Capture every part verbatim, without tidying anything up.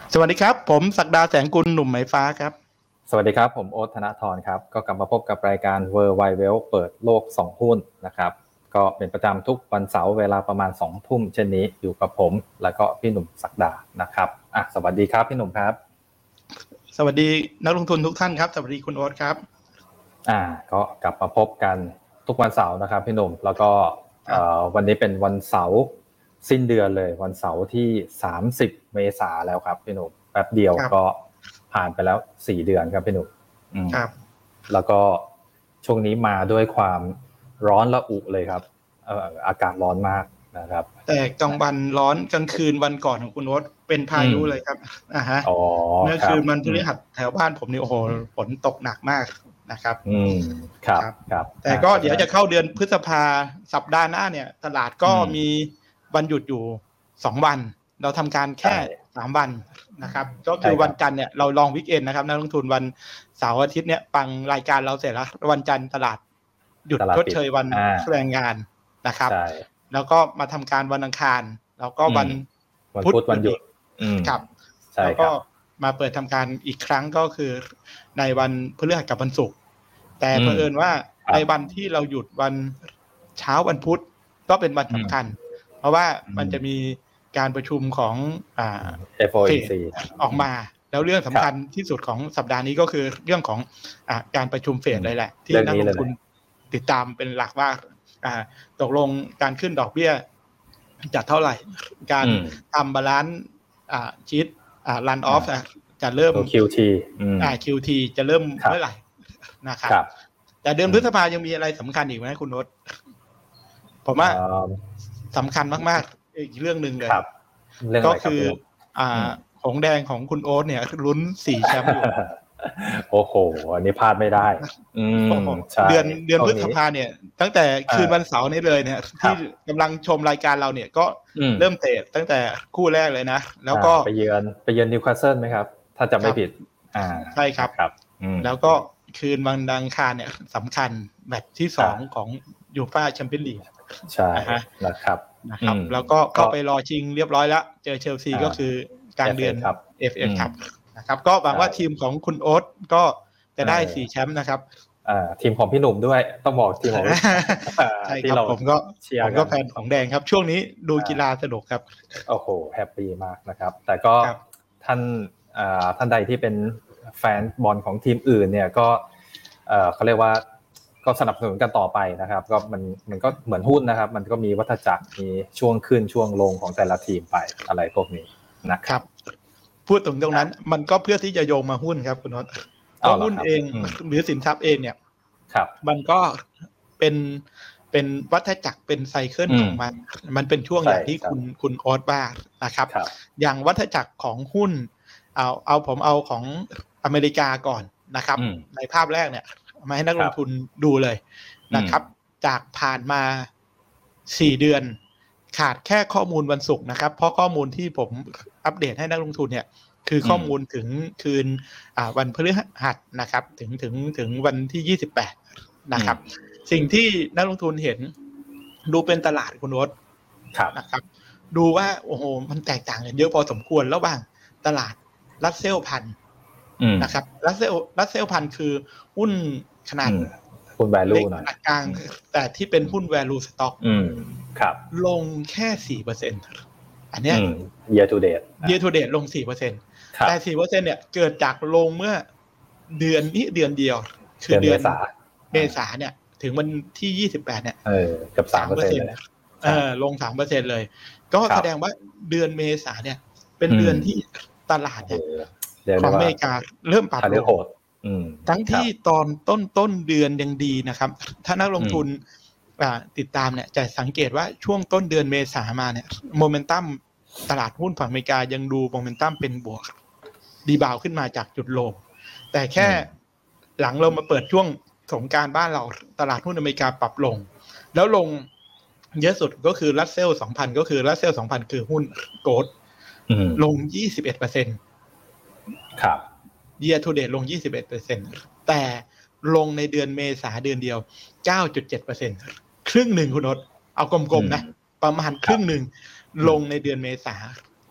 สวัสดีครับผมศักดาแสงกุลหนุ่มไหมฟ้าครับสวัสดีครับผมโอ๊ตธนทรครับก็กลับมาพบกับรายการ World Wide Web เปิดโลกสองหุ้นนะครับก็เป็นประจำทุกวันเสาร์เวลาประมาณ สองทุ่มเช่นนี้อยู่กับผมแล้วก็พี่หนุ่มศักดานะครับอ่ะสวัสดีครับพี่หนุ่มครับสวัสดีนักลงทุนทุกท่านครับสวัสดีคุณโอ๊ตครับอ่าก็กลับมาพบกันทุกวันเสาร์นะครับพี่หนุ่มแล้วก็เอ่อวันนี้เป็นวันเสาร์สิ้นเดือนเลยวันเสาร์ที่สามสิบเมษายนแล้วครับพี่หนุ่มแป๊บเดียวก็ผ่านไปแล้วสี่เดือนครับพี่หนุ่มครับแล้วก็ช่วงนี้มาด้วยความร้อนระอุเลยครับเอ่ออากาศร้อนมากนะครับแต่กลางวันร้อนกลางคืนวันก่อนของคุณโอ๊ตเป็นพายุเลยครับอ่าฮะเมื่อคืนมันพฤหัสแถวบ้านผมนี่โอ้โหฝนตกหนักมากนะครับอืมครับครับแต่ก็เดี๋ยวจะเข้าเดือนพฤษภาสัปดาห์หน้าเนี่ยตลาดก็มีวันหยุดอยู่สองวันเราทำการแค่สามวันนะครับก็คือวันจันทร์เนี่ยเราลองวิกเอนด์นะครับนักลงทุนวันเสาร์อาทิตย์เนี่ยฟังรายการเราเสร็จแล้ววันจันทร์ตลาดหยุดชดเชยวันแรงงานนะครับแล้วก็มาทำการวันอังคารแล้วก็วันพุธวันหยุดครับแล้วก็มาเปิดทำการอีกครั้งก็คือในวันพฤหัสกับวันศุกร์แต่เผอิญว่าในวันที่เราหยุดวันเช้าวันพุธก็เป็นวันสำคัญเพราะว่ามันจะมีการประชุมของอ่าเอฟ โอ อี ซีออกมาแล้วเรื่องสำคัญที่สุดของสัปดาห์นี้ก็คือเรื่องของอ่าการประชุมเฟดเลยแหละที่นักลงทุนติดตามเป็นหลักว่าอ่าตกลงการขึ้นดอกเบี้ยจะเท่าไหร่การทำบาลานซ์อ่าชีทอ่ารันออฟจะเริ่มคิว ทีอ่า คิว ที จะเริ่มเมื่อไหร่นะครับแต่เดือนพฤษภายังมีอะไรสำคัญอีกไหมคุณโน้ตผมว่าสำคัญมากๆอีกเรื่องนึงเลยก็คืออ่าหงแดงของคุณโอ๊ตเนี่ยลุ้นสี่แชมป์อยู่โอ้โหอันนี้พลาดไม่ได้อืมใช่เดือนเดือนพฤษภาเนี่ยตั้งแต่คืนวันเสาร์นี้เลยเนี่ยที่กำลังชมรายการเราเนี่ยก็เริ่มเตะตั้งแต่คู่แรกเลยนะแล้วก็ไปเยือนไปเยือนนิวคาสเซิลไหมครับถ้าจำไม่ผิดอ่าใช่ครับครับแล้วก็คืนวันอังคารเนี่ยสำคัญแมตช์ที่สองของยูฟ่าแชมเปี้ยนลีกใช่นะครับนะครับแล้วก็ก็ไปรอชิงเรียบร้อยแล้วเจอเชลซีก็คือกลางเดือน เอฟ เอ ครับนะครับก็หวังว่าทีมของคุณโอ๊ตก็จะได้สี่แชมป์นะครับอ่าทีมของพี่หนุ่มด้วยต้องบอกทีมของใช่ครับผมก็ผมก็แฟนของแดงครับช่วงนี้ดูกีฬาสนุกครับโอ้โหแฮปปี้มากนะครับแต่ก็ท่านอ่าท่านใดที่เป็นแฟนบอลของทีมอื่นเนี่ยก็เอ่อเขาเรียกว่าก็สนับสนุนกันต่อไปนะครับก็มันมันก็เหมือนหุ้นนะครับมันก็มีวัฏจักรมีช่วงขึ้นช่วงลงของแต่ละทีมไปอะไรพวกนี้นะครับพูดถึงตรงนั้นมันก็เพื่อที่จะโยงมาหุ้นครับคุณน็อตก็หุ้นเองหรือสินทรัพย์เองเนี่ยมันก็เป็นเป็นวัฏจักรเป็นไซเคิลของมันมันเป็นช่วงอย่างที่คุณคุณโอ๊ตว่านะครับอย่างวัฏจักรของหุ้นเอาเอาผมเอาของอเมริกาก่อนนะครับในภาพแรกเนี่ยมาให้นักลงทุนดูเลยนะครับจากผ่านมาสี่เดือนขาดแค่ข้อมูลวันศุกร์นะครับเพราะข้อมูลที่ผมอัปเดตให้นักลงทุนเนี่ยคือข้อมูลถึงคืนวันพฤหัสนะครับถึงถึงถึงวันที่ยี่สิบแปดนะครับสิ่งที่นักลงทุนเห็นดูเป็นตลาดคุณโอ๊ตนะครับดูว่าโอ้โหมันแตกต่างกันเยอะพอสมควรระหว่างตลาดรัสเซลพันนะครับรัสเซลรัสเซลพันคือหุ้นขนาดหุ้น value หน่อยกลางแต่ที่เป็นหุ้น value stock อืมครับลงแค่ สี่เปอร์เซ็นต์ อันเนี้ย year to date year to date ลง สี่เปอร์เซ็นต์ แต่ สี่เปอร์เซ็นต์ เนี่ยเกิดจากลงเมื่อเดือนนี้เดือนเดียวคือเดือนเมษาเนี่ยถึงวันที่ยี่สิบแปดเนี่ยเออเกือบ สามเปอร์เซ็นต์เออลง สามเปอร์เซ็นต์ เลยก็แสดงว่าเดือนเมษาเนี่ยเป็นเดือนที่ตลาดเนี่ยของอเมริกาเริ่มปรับลงทั้งที่ตอนต้นต้นเดือนยังดีนะครับถ้านักลงทุนติดตามเนี่ยจะสังเกตว่าช่วงต้นเดือนเมษามาเนี่ยโมเมนตัมตลาดหุ้นฝั่งอเมริกายังดูโมเมนตัมเป็นบวกดีบาวขึ้นมาจากจุดโลแต่แค่หลังเรามาเปิดช่วงสงกรานต์บ้านเราตลาดหุ้นอเมริกาปรับลงแล้วลงเยอะสุดก็คือรัสเซล สองพัน ก็คือรัสเซล สองพัน คือหุ้นโกลด์ลง ยี่สิบเอ็ดเปอร์เซ็นต์ครับ year to date ลง ยี่สิบเอ็ดเปอร์เซ็นต์ แต่ลงในเดือนเมษาเดือนเดียว เก้าจุดเจ็ดเปอร์เซ็นต์ ครึ่งหนึ่งคุณโอ๊ตเอากลมๆนะประมาณครึ่งหนึ่งลงในเดือนเมษา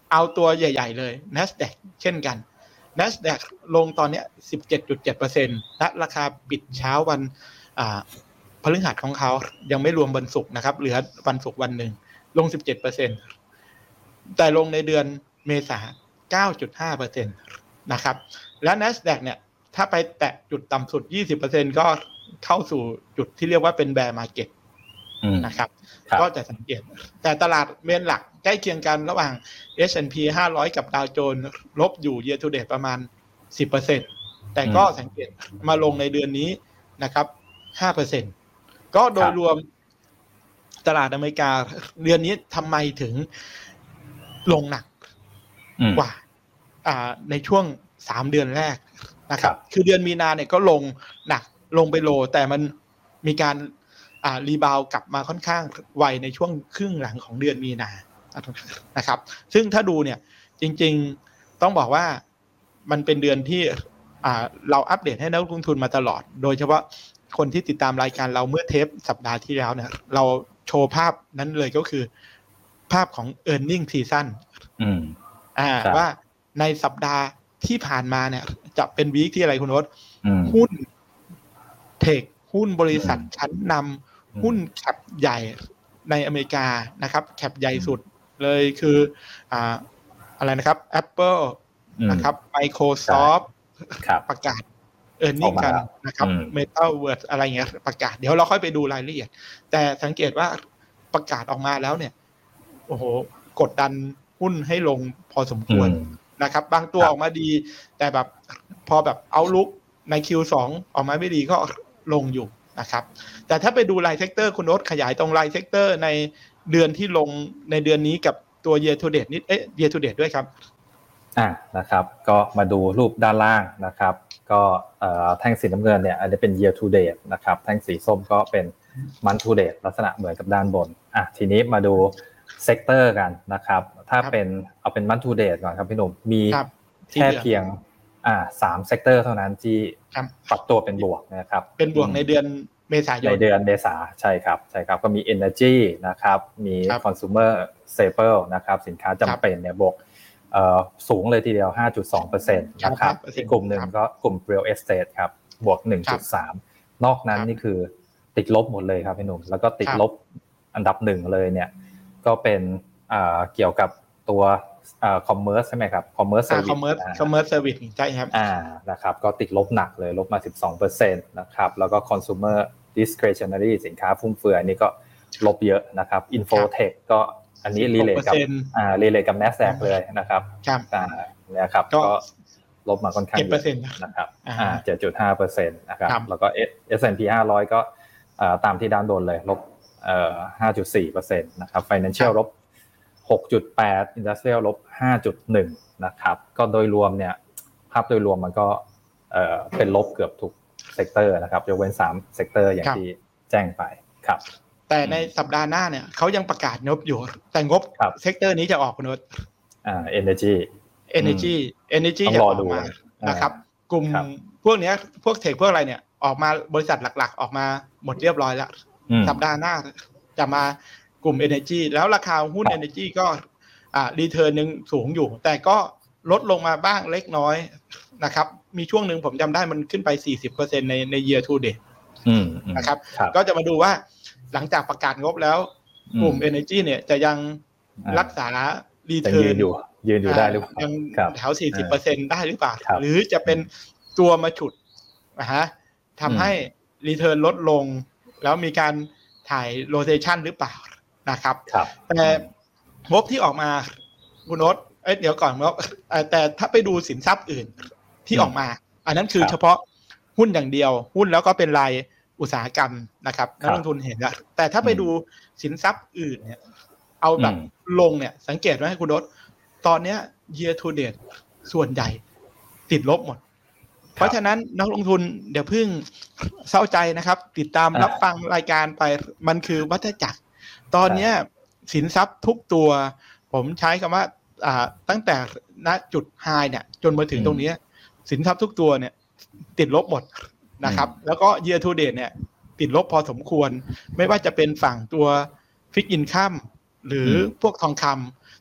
เอาตัวใหญ่ๆเลย NASDAQ เช่นกัน NASDAQ ลงตอนเนี้ย สิบเจ็ดจุดเจ็ดเปอร์เซ็นต์ และราคาปิดเช้าวันอ่าพฤหัสของเขายังไม่รวมวันศุกร์นะครับเหลือวันศุกร์วันหนึ่งลง สิบเจ็ดเปอร์เซ็นต์ แต่ลงในเดือนเมษา เก้าจุดห้าเปอร์เซ็นต์ นะครับและ NASDAQ เนี่ยถ้าไปแตะจุดต่ำสุด ยี่สิบเปอร์เซ็นต์ ก็เข้าสู่จุดที่เรียกว่าเป็น bear market นะครับก็จะสังเกตแต่ตลาดเมนหลักใกล้เคียงกันระหว่าง เอส แอนด์ พี ห้าร้อยกับดาวโจนส์ลบอยู่ year to date ประมาณ สิบเปอร์เซ็นต์ แต่ก็สังเกตมาลงในเดือนนี้นะครับ ห้าเปอร์เซ็นต์ ก็โดยรวมตลาดอเมริกาเดือนนี้ทำไมถึงลงหนักกว่าในช่วงสามเดือนแรกนะครับคือเดือนมีนาเนี่ยก็ลงหนักลงไปโลแต่มันมีการอ่ารีบาวกลับมาค่อนข้างไวในช่วงครึ่งหลังของเดือนมีนานะครับซึ่งถ้าดูเนี่ยจริงๆต้องบอกว่ามันเป็นเดือนที่อ่าเราอัปเดตให้นักลงทุนมาตลอดโดยเฉพาะคนที่ติดตามรายการเราเมื่อเทปสัปดาห์ที่แล้วเนี่ยเราโชว์ภาพนั้นเลยก็คือภาพของ earning season อืมอ่าว่าในสัปดาห์ที่ผ่านมาเนี่ยจะเป็นวีคที่อะไรคุณโอ๊ตหุ้นเทคหุ้นบริษัทชั้นนำหุ้นแคปใหญ่ในอเมริกานะครับแคปใหญ่สุดเลยคืออ่าอะไรนะครับ Apple นะครับ Microsoft ประกาศearning กันนะครับ Metaverse อะไรเงี้ยประกาศเดี๋ยวเราค่อยไปดูรายละเอียดแต่สังเกตว่าประกาศออกมาแล้วเนี่ยโอ้โหกดดันหุ้นให้ลงพอสมควรนะครับบางตัวออกมาดีแต่แบบพอแบบเอาลุกใน คิว สอง ออกมาไม่ดีก็ลงอยู่นะครับแต่ถ้าไปดูรายเซกเตอร์คุณโน้ตขยายตรงรายเซกเตอร์ในเดือนที่ลงในเดือนนี้กับตัว year to date นิดเอ๊ะ year to date ด้วยครับอ่านะครับก็มาดูรูปด้านล่างนะครับก็เอ่อแท่งสีน้ำเงินเนี่ยอันนี้เป็น year to date นะครับแท่งสีส้มก็เป็น month to date ลักษณะเหมือนกับด้านบนอ่ะทีนี้มาดูเซกเตอร์กันนะครับถ้าเป็นเอาเป็น month to date ก่อนครับพี่หนุ่มมีแค่เพียงอ่าสามเซกเตอร์เท่านั้นที่ปรับตัวเป็นบวกนะครับเป็นบวกในเดือนเมษายนในเดือนเมษาใช่ครับใช่ครับก็มี energy นะครับมี consumer staple นะครับสินค้าจำเป็นเนี่ยบวกเอ่อสูงเลยทีเดียว ห้าจุดสองเปอร์เซ็นต์ นะครับอีกกลุ่มนึงก็กลุ่ม real estate ครับบวก หนึ่งจุดสาม นอกนั้นนี่คือติดลบหมดเลยครับพี่หนุ่มแล้วก็ติดลบอันดับหนึ่งเลยเนี่ยก็เป็นอ่าเกี่ยวกับตัวอ่า commerce ใช่ไหมครับ commerce service commerce commerce service ใช่ครับอ่านะครับก็ติดลบหนักเลยลบมา สิบสองเปอร์เซ็นต์ นะครับแล้วก็ consumer discretionary สินค้าฟุ่มเฟือยนี่ก็ลบเยอะนะครับ infotech ก็อันนี้รีเลทกับอ่ารีเลทกับ NASDAQ เลยนะครับอ่าเนี่ยครับก็ลบมาค่อนข้างเยอะนะครับอ่า เจ็ดจุดห้าเปอร์เซ็นต์ นะครับแล้วก็ เอส แอนด์ พี ห้าร้อยก็อ่าตามที่ด้านบนเลยลบเอ่อ ห้าจุดสี่เปอร์เซ็นต์ นะครับ Financial ลบ หกจุดแปด Industrial ลบ ห้าจุดหนึ่ง นะครับก็โดยรวมเนี่ยภาพโดยรวมมันก็เอ่อเป็นลบเกือบทุกเซกเตอร์นะครับยกเว้นสามเซกเตอร์อย่างที่แจ้งไปครับแต่ในสัปดาห์หน้าเนี่ยเขายังประกาศงบอยู่แต่งบเซกเตอร์นี้จะออกคุณโน้ตอ่า energy energy energy จะออกมานะครับกลุ่มพวกนี้พวกเทคพวกอะไรเนี่ยออกมาบริษัทหลักๆออกมาหมดเรียบร้อยแล้วสัปดาห์หน้าจะมากลุ่ม energy แล้วราคาหุ้น energy ก็อ่ารีเทิร์นนึงสูงอยู่แต่ก็ลดลงมาบ้างเล็กน้อยนะครับมีช่วงนึงผมจำได้มันขึ้นไป สี่สิบเปอร์เซ็นต์ ในใน year to date นะครับก็จะมาดูว่าหลังจากประกาศงบแล้วกลุ่ม energy เนี่ยจะยังรักษารีเทิร์นอยู่ยืนอยู่ได้หรือเปล่ายังแถว สี่สิบเปอร์เซ็นต์ ได้หรือเปล่าหรือจะเป็นตัวมาฉุดนะฮะทำให้รีเทิร์นลดลงแล้วมีการถ่ายโรเทชันหรือเปล่านะครับแต่งบที่ออกมาคุณโน้ตเอ้ยเดี๋ยวก่อนงบแต่ถ้าไปดูสินทรัพย์อื่นที่ออกมาอันนั้นคือเฉพาะหุ้นอย่างเดียวหุ้นแล้วก็เป็นรายอุตสาหกรรมนะครับนักลงทุนเห็นแล้วแต่ถ้าไปดูสินทรัพย์อื่นเนี่ยเอาแบบลงเนี่ยสังเกตไหมคุณโน้ตตอนเนี้ย year to date ส่วนใหญ่ติดลบหมดเพราะฉะนั้นนักลงทุนเดี๋ยวเพิ่งเศร้าใจนะครับติดตามรับฟังรายการไปมันคือวัฏจักรตอนนี้สินทรัพย์ทุกตัวผมใช้คำว่าอ่าตั้งแต่ณจุดไฮเนี่ยจนมาถึงตรงนี้สินทรัพย์ทุกตัวเนี่ยติดลบหมดนะครับแล้วก็ year to date เนี่ยติดลบพอสมควรไม่ว่าจะเป็นฝั่งตัว fixed income หรือพวกทองคำ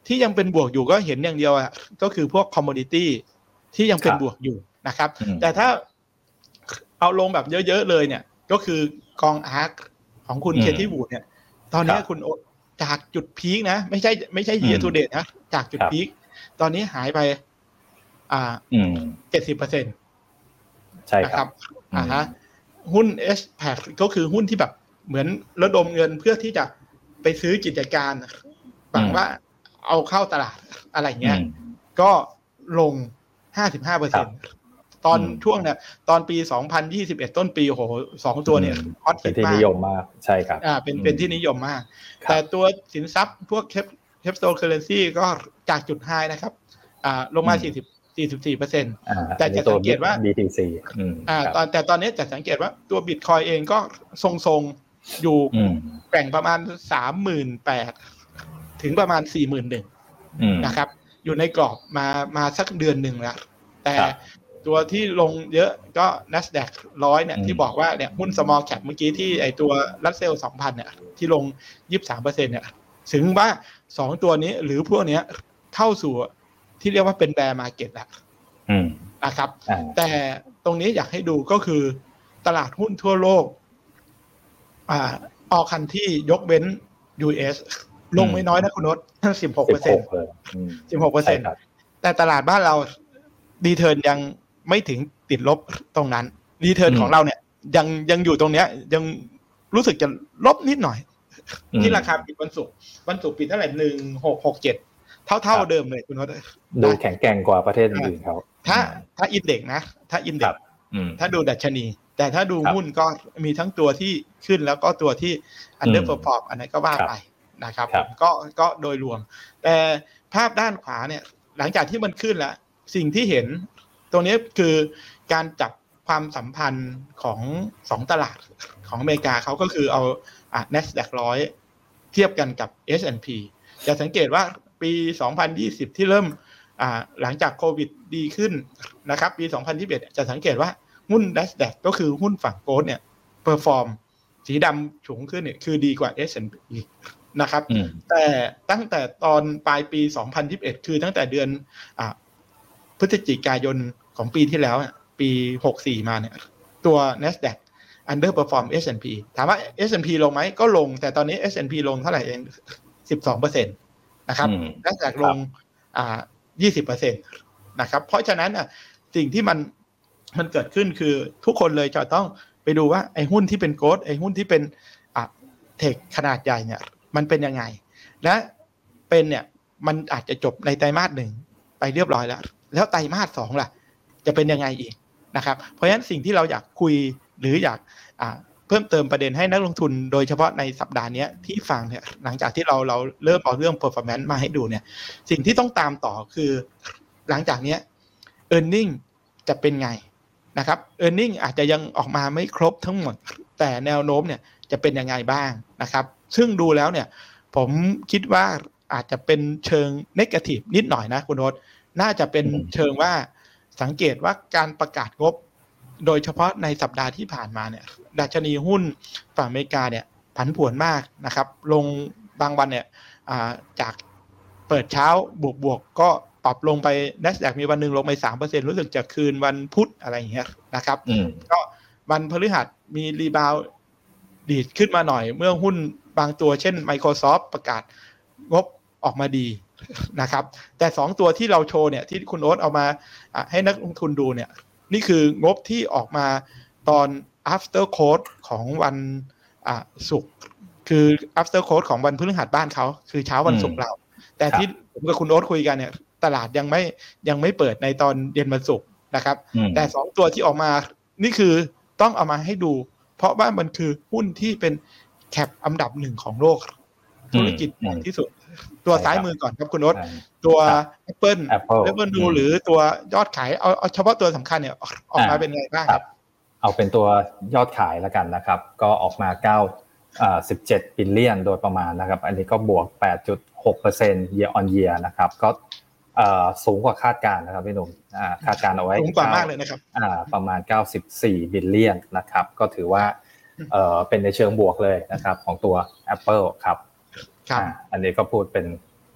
ที่ยังเป็นบวกอยู่ก็เห็นอย่างเดียวอ่ะก็คือพวกคอมโมดิตี้ที่ยังเป็นบวกอยู่นะครับแต่ถ้าเอาลงแบบเยอะๆเลยเนี่ยก็คือกองอาร์คของคุณเคที่วูดเนี่ยตอนนี้คุณจากจุดพีคนะไม่ใช่ไม่ใช่ year to date นะจากจุดพีคตอนนี้หายไปอ่า เจ็ดสิบเปอร์เซ็นต์ใช่ครับอ่าฮะหุ้น เอส พี เอ ก็คือหุ้นที่แบบเหมือนระดมเงินเพื่อที่จะไปซื้อกิจการหวังว่าเอาเข้าตลาดอะไรเงี้ยก็ลง ห้าสิบห้าเปอร์เซ็นต์ ตอนช่วงเนี่ยตอนปีสองพันยี่สิบเอ็ดต้นปีโอ้โหสองตัวเนี่ยฮอตฮิตมากเป็นที่นิยมมากใช่ครับอ่าเป็นเป็นที่นิยมมากแต่ตัวสินทรัพย์พวกเคปเคปโตเคอเรนซีก็จากจุดไฮนะครับอ่าลงมาสี่สิบ สี่สิบสี่เปอร์เซ็นต์ แต่จะสังเกตว่าบี ที ซี อืมอ่าตอนแต่ตอนนี้จะสังเกตว่าตัว Bitcoin เองก็ทรงๆอยู่แกว่งประมาณ สามหมื่นแปดพัน ถึงประมาณ สี่หมื่นหนึ่งพัน นะครับอยู่ในกรอบมามาสักเดือนนึงแล้วแต่ตัวที่ลงเยอะก็ Nasdaq หนึ่งร้อยเนี่ยที่บอกว่าเนี่ยหุ้น small cap เมื่อกี้ที่ไอตัว Russell สองพันเนี่ยที่ลง ยี่สิบสามเปอร์เซ็นต์ เนี่ยถึงว่าสองตัวนี้หรือพวกเนี้ยเข้าสู่ที่เรียกว่าเป็น bear market แล้วนะครับแต่ตรงนี้อยากให้ดูก็คือตลาดหุ้นทั่วโลกอ่าออคันที่ยกเว้น ยู เอส ลงไม่น้อยนะคุณนพ สิบหกเปอร์เซ็นต์ สิบหกเปอร์เซ็นต์ แต่ตลาดบ้านเรารีเทิร์นยังไม่ถึงติดลบตรงนั้นรีเทิร์นของเราเนี่ยยังยังอยู่ตรงเนี้ยยังรู้สึกจะลบนิดหน่อยที่ราคาปิดวันศุกร์วันศุกร์ปิดเท่าไหร่หนึ่งพันหกร้อยหกสิบเจ็ดเท่าเท่าเดิมเลยคุณนพดูแข็งแกร่งกว่าประเทศอื่นเขาถ้าถ้าอินเด็กซ์นะถ้าอินเด็กซ์ถ้าดูดัชนีแต่ถ้าดูหุ้นก็มีทั้งตัวที่ขึ้นแล้วก็ตัวที่อันเดอร์เพอร์ฟอร์มอันนั้นก็ว่าไปนะครับก็ก็โดยรวมแต่ภาพด้านขวาเนี่ยหลังจากที่มันขึ้นแล้วสิ่งที่เห็นตรงนี้คือการจับความสัมพันธ์ของสองตลาดของอเมริกาเขาก็คือเอาอ่ะ Nasdaq หนึ่งร้อยเทียบกันกับ เอส แอนด์ พี จะสังเกตว่าปีสองพันยี่สิบที่เริ่มอ่าหลังจากโควิดดีขึ้นนะครับปีสองพันยี่สิบเอ็ดจะสังเกตว่าหุ้น Nasdaq ก็คือหุ้นฝั่งโกลด์เนี่ยเปอร์ฟอร์มสีดำสูงขึ้นเนี่ยคือดีกว่า เอส แอนด์ พี นะครับแต่ตั้งแต่ตอนปลายปีสองพันยี่สิบเอ็ดคือตั้งแต่เดือนอ่าพฤศจิกายนของปีที่แล้วปีหกสิบสี่มาเนี่ยตัว Nasdaq underperform เอส แอนด์ พี ถามว่า เอส แอนด์ พี ลงไหมก็ลงแต่ตอนนี้ เอส แอนด์ พี ลงเท่าไหร่เอง สิบสองเปอร์เซ็นต์ นะครับ Nasdaq ลงอ่า ยี่สิบเปอร์เซ็นต์ นะครับเพราะฉะนั้นอ่ะสิ่งที่มันมันเกิดขึ้นคือทุกคนเลยจะต้องไปดูว่าไอ้หุ้นที่เป็นโกลด์ไอ้หุ้นที่เป็นอ่ะเทคขนาดใหญ่เนี่ยมันเป็นยังไงและเป็นเนี่ยมันอาจจะจบในไตรมาสหนึ่งไปเรียบร้อยแล้วแล้วไตรมาสสองล่ะจะเป็นยังไงอีกนะครับเพราะฉะนั้นสิ่งที่เราอยากคุยหรืออยากอ่าเพิ่มเติมประเด็นให้นักลงทุนโดยเฉพาะในสัปดาห์นี้ที่ฟังเนี่ยหลังจากที่เราเราเริ่มเอาเรื่อง performance มาให้ดูเนี่ยสิ่งที่ต้องตามต่อคือหลังจากนี้ earning จะเป็นไงนะครับ earning อาจจะยังออกมาไม่ครบทั้งหมดแต่แนวโน้มเนี่ยจะเป็นยังไงบ้างนะครับซึ่งดูแล้วเนี่ยผมคิดว่าอาจจะเป็นเชิง negative นิดหน่อยนะคุณโน้ตน่าจะเป็นเชิงว่าสังเกตว่าการประกาศงบโดยเฉพาะในสัปดาห์ที่ผ่านมาเนี่ยดัชนีหุ้นฝั่งอเมริกาเนี่ยผันผวนมากนะครับลงบางวันเนี่ยจากเปิดเช้าบวกๆก็ปรับลงไป Nasdaq มีวันนึงลงไป สามเปอร์เซ็นต์ รู้สึกจะคืนวันพุธอะไรอย่างเงี้ยนะครับก็วันพฤหัสมีรีบาวด์ดีดขึ้นมาหน่อยเมื่อหุ้นบางตัวเช่น Microsoft ประกาศงบออกมาดีนะครับแต่สองตัวที่เราโชว์เนี่ยที่คุณโอ๊ตเอามาให้นักลงทุนดูเนี่ยนี่คืองบที่ออกมาตอน after close ของวันศุกร์คือ after close ของวันพฤหัสบ้านเขาคือเช้าวันศุกร์เราแต่ที่ผมกับคุณโอ๊ตคุยกันเนี่ยตลาดยังไม่ยังไม่เปิดในตอนเย็นวันศุกร์นะครับแต่สองตัวที่ออกมานี่คือต้องเอามาให้ดูเพราะว่ามันคือหุ้นที่เป็นแคปอันดับหนึ่งของโลกธุรกิจใหญ่ที่สุดตัวซ้ายมือก่อนครับคุณโอ๊ตตัว Apple Revenue หรือตัวยอดขายเอาเอาเฉพาะตัวสำคัญเนี่ยออกมาเป็นไงบ้างครับเอาเป็นตัวยอดขายแล้วกันนะครับก็ออกมาเก้าอ่าสิบเจ็ด billion โดยประมาณนะครับอันนี้ก็บวก แปดจุดหกเปอร์เซ็นต์ year on year นะครับก็เอ่อสูงกว่าคาดการณ์นะครับพี่หนุ่มอ่าคาดการณ์เอาไว้สูงกว่ามากเลยนะครับอ่าประมาณเก้าสิบสี่ billion นะครับก็ถือว่าเอ่อเป็นในเชิงบวกเลยนะครับของตัว Apple ครับครับอันนี้ก็พูดเป็น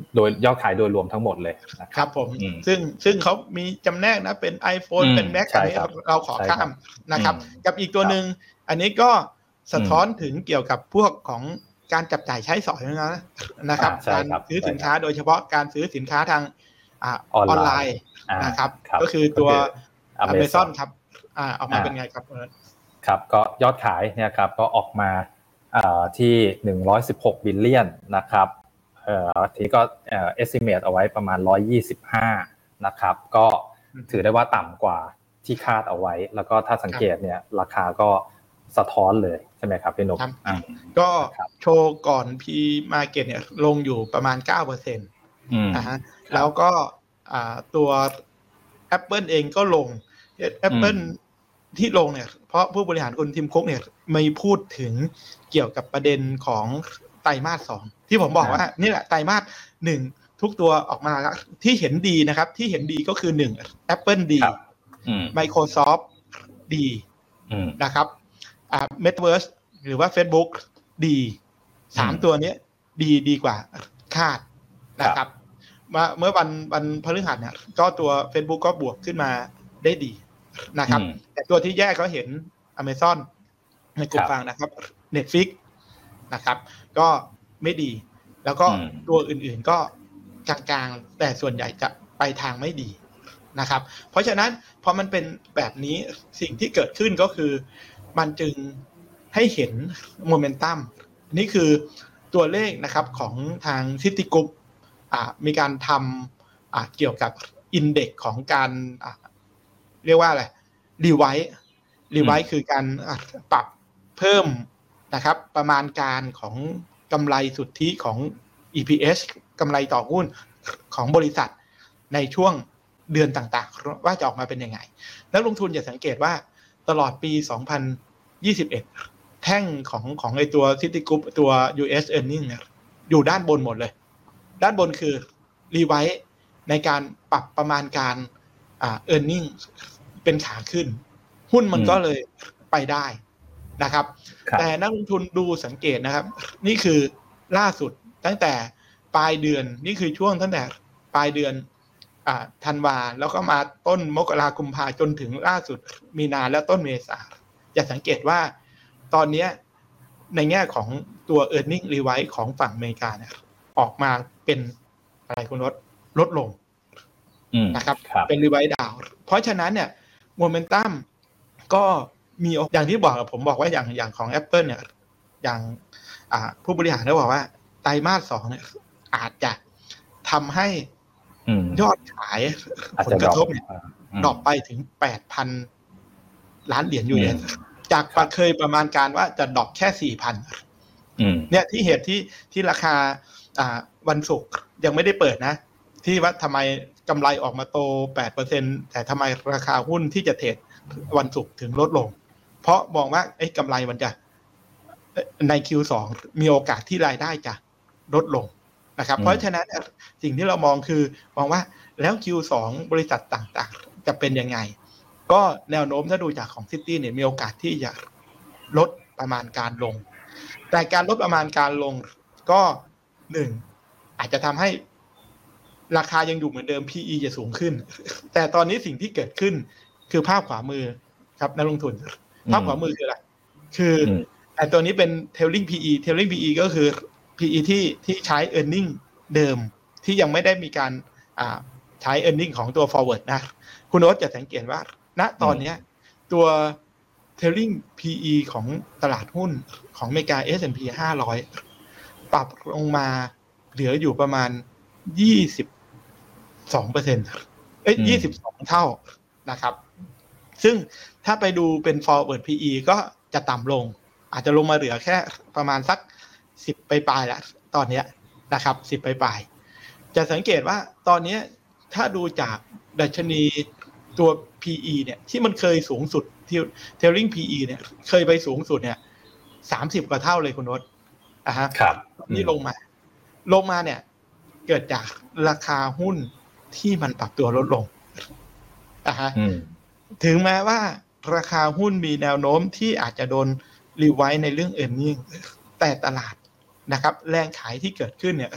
โดยยอดขายโดยรวมทั้งหมดเลยครับผมซึ่งซึ่งเขามีจำแนกนะเป็น iPhone เป็น Mac อันนี้เราขอข้ามนะครับกับอีกตัวนึงอันนี้ก็สะท้อนถึงเกี่ยวกับพวกของการจับจ่ายใช้สอยนะนะครับการซื้อสินค้าโดยเฉพาะการซื้อสินค้าทางออนไลน์นะครับก็คือตัว Amazon ครับอ่าออกมาเป็นไงครับครับก็ยอดขายเนี่ยครับก็ออกมาที่หนึ่งร้อยสิบหกบิลเลียนนะครับเอ่อทีก็เอ่อ estimate เอาไว้ประมาณหนึ่งร้อยยี่สิบห้านะครับก็ถือได้ว่าต่ำกว่าที่คาดเอาไว้แล้วก็ถ้าสังเกตเนี่ยราคาก็สะท้อนเลยใช่ไหมครับพี่นพก็โชว์ก่อน P market เนี่ยลงอยู่ประมาณ เก้าเปอร์เซ็นต์ นะฮะแล้วก็ตัว Apple เองก็ลง Apple ที่ลงเนี่ยเพราะผู้บริหารคุณทิมคุกเนี่ยไม่พูดถึงเกี่ยวกับประเด็นของไตรมาสสองที่ผมบอกว่านี่แหละไตรมาสหนึ่งทุกตัวออกมาแล้วที่เห็นดีนะครับที่เห็นดีก็คือหนึ่ง Apple ดี Microsoft ดีนะครับอ่า Metaverse หรือว่า Facebook ดีสามตัวนี้ดีดีกว่าคาดนะครับมาเมื่อวันวันพฤหัสเนี่ยก็ตัว Facebook ก็บวกขึ้นมาได้ดีนะครับแต่ตัวที่แย่ก็เห็น Amazon ในกลุ่มฟังนะครับ Netflix นะครับก็ไม่ดีแล้วก็ตัวอื่นๆก็กลางๆแต่ส่วนใหญ่จะไปทางไม่ดีนะครับเพราะฉะนั้นพอมันเป็นแบบนี้สิ่งที่เกิดขึ้นก็คือมันจึงให้เห็นโมเมนตัมนี่คือตัวเลขนะครับของทาง Citigroup อ่ามีการทำอ่าเกี่ยวกับอินเด็กซ์ของการอ่าเรียกว่าอะไรรีไวซ์รีไวซ์คือการปรับเพิ่มนะครับประมาณการของกำไรสุทธิของ อี พี เอส กำไรต่อหุ้นของบริษัทในช่วงเดือนต่างๆว่าจะออกมาเป็นยังไงนักลงทุนอย่าสังเกตว่าตลอดปีสองพันยี่สิบเอ็ดแท่งของของไอตัว Citigroup ตัว ยู เอส earning เนี่ยอยู่ด้านบนหมดเลยด้านบนคือรีไวซ์ในการปรับประมาณการอ่า earning เป็นขาขึ้นหุ้นมันก็เลยไปได้นะครับแต่นักลงทุนดูสังเกตนะครับนี่คือล่าสุดตั้งแต่ปลายเดือนนี่คือช่วงตั้งแต่ปลายเดือนอ่าธันวาแล้วก็มาต้นมกราคมกุมภาจนถึงล่าสุดมีนาและต้นเมษาจะสังเกตว่าตอนนี้ในแง่ของตัว earning revise ของฝั่งอเมริกาเนี่ยออกมาเป็นอะไรคุณรถลดลงนะครับเป็น revise down เพราะฉะนั้นเนี่ยโมเมนตัมก็มีอย่างที่บอกผมบอกว่าอย่างอย่างของ Apple เนี่ยอย่างอ่าผู้บริหารได้บอกว่าไตรมาสสองเนี่ยอาจจะทำให้ยอดขายผลกระทบเนี่ยดรอปไปถึง แปดพัน ล้านเหรียญ ยู เอส จากเคยประมาณการว่าจะดรอปแค่ สี่พัน เนี่ยที่เหตุที่ที่ราคาอ่าวันศุกร์ยังไม่ได้เปิดนะที่ว่าทำไมกำไรออกมาโต แปดเปอร์เซ็นต์ แต่ทำไมราคาหุ้นที่จะเทรดวันศุกร์ถึงลดลงเพราะมองว่าไอ้กำไรมันจะใน คิว สอง มีโอกาสที่รายได้จะลดลงนะครับเพราะฉะนั้นสิ่งที่เรามองคือมองว่าแล้ว คิว สอง บริษัทต่างๆจะเป็นยังไงก็แนวโน้มถ้าดูจากของ Citi เนี่ยมีโอกาสที่จะลดประมาณการลงแต่การลดประมาณการลงก็หนึ่งอาจจะทำให้ราคายังอยู่เหมือนเดิม พี อี จะสูงขึ้นแต่ตอนนี้สิ่งที่เกิดขึ้นคือภาพขวามือครับนักลงทุนภาพขวามือคืออะไรคือไอ้ตัวนี้เป็น trailing พี อี trailing พี อี ก็คือ พี อี ที่ที่ใช้ earning เดิมที่ยังไม่ได้มีการอ่าใช้ earning ของตัว forward นะคุณโอ๊ตจะสังเกตว่าณตอนนี้ตัว trailing พี อี ของตลาดหุ้นของอเมริกา เอส แอนด์ พี ห้าร้อยปรับลงมาเหลืออยู่ประมาณ ยี่สิบสองเปอร์เซ็นต์ เอ้ยยี่สิบสองเท่านะครับซึ่งถ้าไปดูเป็น forward พี อี ก็จะต่ำลงอาจจะลงมาเหลือแค่ประมาณสักสิบปลายๆแล้วตอนนี้นะครับสิบปลายๆจะสังเกตว่าตอนนี้ถ้าดูจากดัชนีตัว พี อี เนี่ยที่มันเคยสูงสุดที่ trailing พี อี เนี่ยเคยไปสูงสุดเนี่ยสามสิบกว่าเท่าเลยคุณโน้ตอ่ะฮะครับนี่ลงมาลงมาเนี่ยเกิดจากราคาหุ้นที่มันปรับตัวลดลงอ่ะฮะถึงแม้ว่าราคาหุ้นมีแนวโน้มที่อาจจะโดนรีไวซ์ในเรื่อง earning แต่ตลาดนะครับแรงขายที่เกิดขึ้นเนี่ย